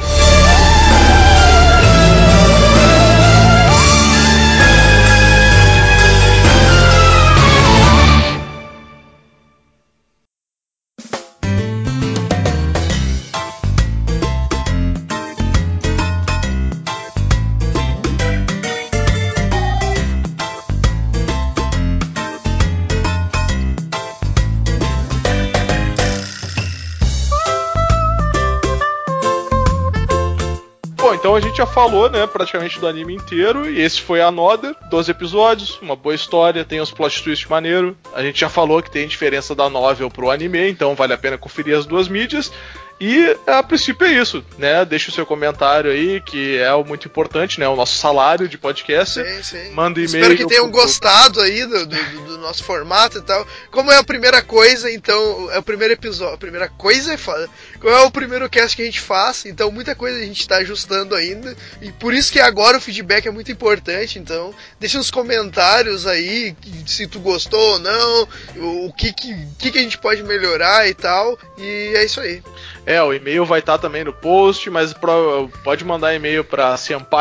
Então a gente já falou, né, praticamente do anime inteiro, e esse foi Another, 12 episódios, uma boa história, tem uns plot twists maneiro. A gente já falou que tem diferença da novel pro anime, então vale a pena conferir as duas mídias. E a princípio é isso, né? Deixa o seu comentário aí, que é muito importante, né? O nosso salário de podcast. Sim. Manda e-mail. Espero que tenham gostado aí do nosso formato e tal. Como é a primeira coisa, então, é o primeiro episódio. A primeira coisa é foda. Como é o primeiro cast que a gente faz, então muita coisa a gente tá ajustando ainda. E por isso que agora o feedback é muito importante. Então, deixa nos comentários aí se tu gostou ou não, o que a gente pode melhorar e tal. E é isso aí. O e-mail vai estar também no post, mas pode mandar e-mail para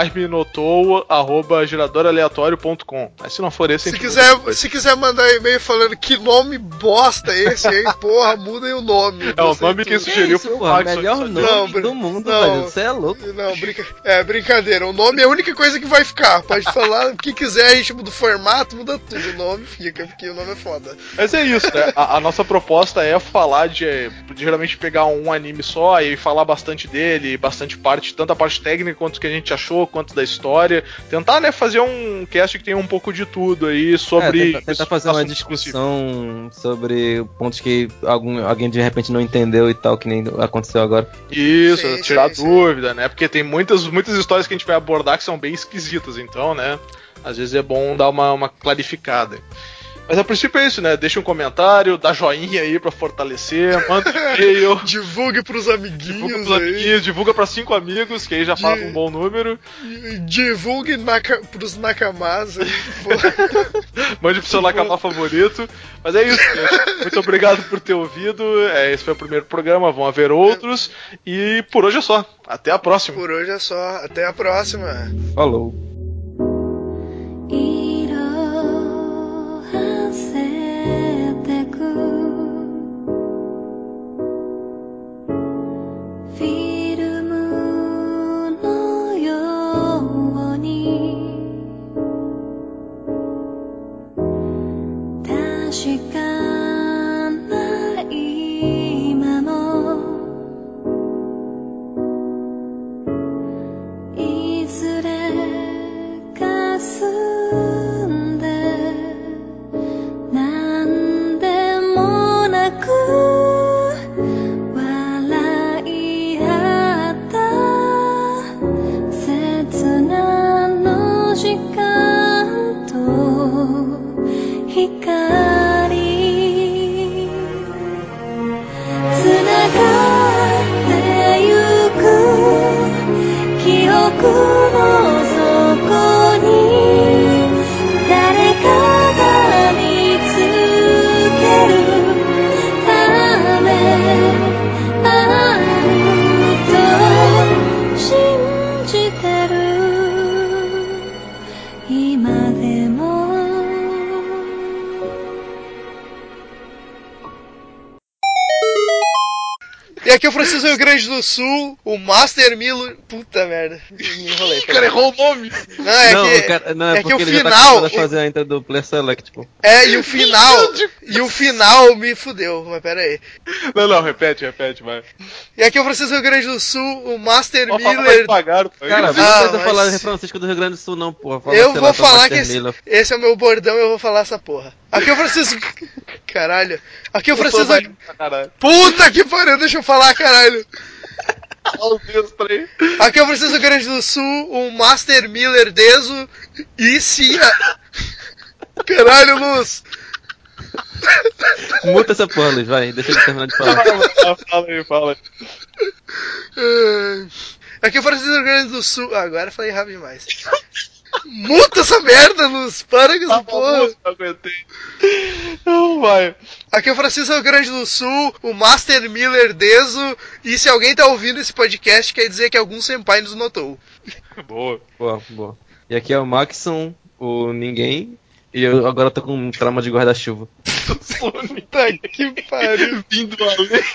senpaiminotou@geradoraleatório.com. Mas se não for esse, se quiser mandar e-mail falando que nome bosta é esse aí, porra, muda aí o nome. O nome que sugeriu foi o melhor nome do mundo, velho. Você é louco. Não, brincadeira. O nome é a única coisa que vai ficar. Pode falar o que quiser, a gente muda o formato, muda tudo. O nome fica, porque o nome é foda. Mas é isso, né? A nossa proposta é falar de geralmente pegar um anime só e falar bastante dele, bastante parte, tanto a parte técnica quanto o que a gente achou, quanto da história. Tentar, né, fazer um cast que tenha um pouco de tudo aí sobre... tentar fazer uma discussão sobre pontos que alguém de repente não entendeu e tal, que nem aconteceu agora. Isso, tirar dúvida, né? Porque tem muitas histórias que a gente vai abordar que são bem esquisitas, então, né? Às vezes é bom dar uma clarificada. Mas a princípio é isso, né? Deixa um comentário, dá joinha aí pra fortalecer, manda um e-mail. Divulgue pros amiguinhos. Divulga pra 5 amigos, que aí já faz um bom número. Divulgue pros nakamas aí. Mande pro seu nakama favorito. Mas é isso, gente. Muito obrigado por ter ouvido. Esse foi o primeiro programa, vão haver outros. E por hoje é só. Até a próxima. Por hoje é só. Até a próxima. Falou. E aqui é o Francisco Rio Grande do Sul, o Master Milo... Puta merda, me enrolei. O cara errou o nome. Não, é Não, que, o cara, não, é é que porque o ele já tá final... acostumado a fazer a intro do Player Select, pô. E o final me fudeu, mas pera aí. Não, repete, vai. E aqui é o Francisco Rio Grande do Sul, o Master Pode falar mais Miller... devagar, pô. Cara, você Ah, não precisa mas- falar de Francisco do Rio Grande do Sul, não, porra. Fala, Eu sei vou lá, falar Master que Miller. esse é o meu bordão, eu vou falar essa porra. Aqui é o Francisco... Caralho. Aqui é o Francisco... Caralho. Puta que pariu, deixa eu falar, caralho. Olha os dedos pra aí. Aqui é o Francisco Grande do Sul, o Master Miller Deso e se a... Caralho, Luz. Muta essa porra, Luiz, vai, deixa ele terminar de falar. Fala aí. Aqui é o Francisco Grande do Sul... Ah, agora eu falei rápido demais. Muta essa merda, Luz. Para com essa porra. Não aguentei. Não, vai. Aqui é o Francisco Rio Grande do Sul, o Master Miller Deso, e se alguém tá ouvindo esse podcast, quer dizer que algum senpai nos notou. Boa. Boa. E aqui é o Maxon, o Ninguém, e eu agora tô com um trauma de guarda-chuva. Puta que pariu. Vindo além.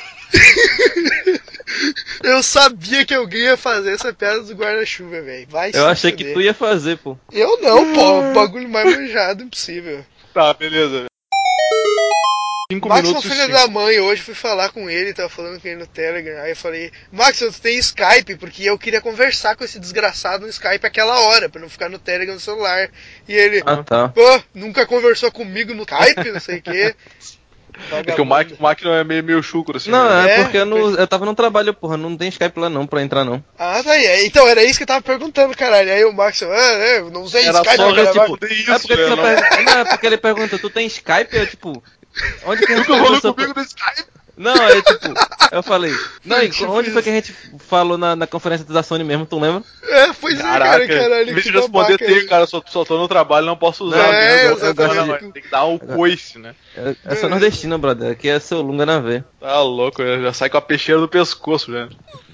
Eu sabia que alguém ia fazer essa piada do guarda-chuva, velho. Vai Eu se achei fuder. que tu ia fazer, pô. Eu não, pô. Bagulho mais manjado, impossível. Tá, beleza. 5 Max, minutos meu e filho 5. da mãe, hoje fui falar com ele, tava falando com ele no Telegram. Aí eu falei, Max, tu tem Skype? Porque eu queria conversar com esse desgraçado no Skype aquela hora, pra não ficar no Telegram no celular. E ele, Ah, tá. pô, nunca conversou comigo no Skype, não sei o quê. É que o máquina é meio chucro, assim. Não, né? é porque eu tava no trabalho, porra, não tem Skype lá não, pra entrar não. Ah, tá aí. Então, era isso que eu tava perguntando, caralho. Aí o Max, eu não usei Era Skype só pra gravar. tipo, isso, É porque, né? não, é porque ele pergunta, tu tem Skype? Eu, tipo, onde que a gente Tu falou conversou? comigo no Skype. Não, é tipo, eu falei, não, e Tipo onde isso. foi que a gente falou na conferência da Sony mesmo, tu lembra? Pois Caraca, é, caralho. em vez Que de responder babaca. tem, cara, só tô no trabalho, não posso usar. Não, mesmo. exatamente. Não, tem que dar um coice, né? É só nordestino, brother, aqui é seu lunga na veia. Tá louco, já sai com a peixeira do pescoço, já.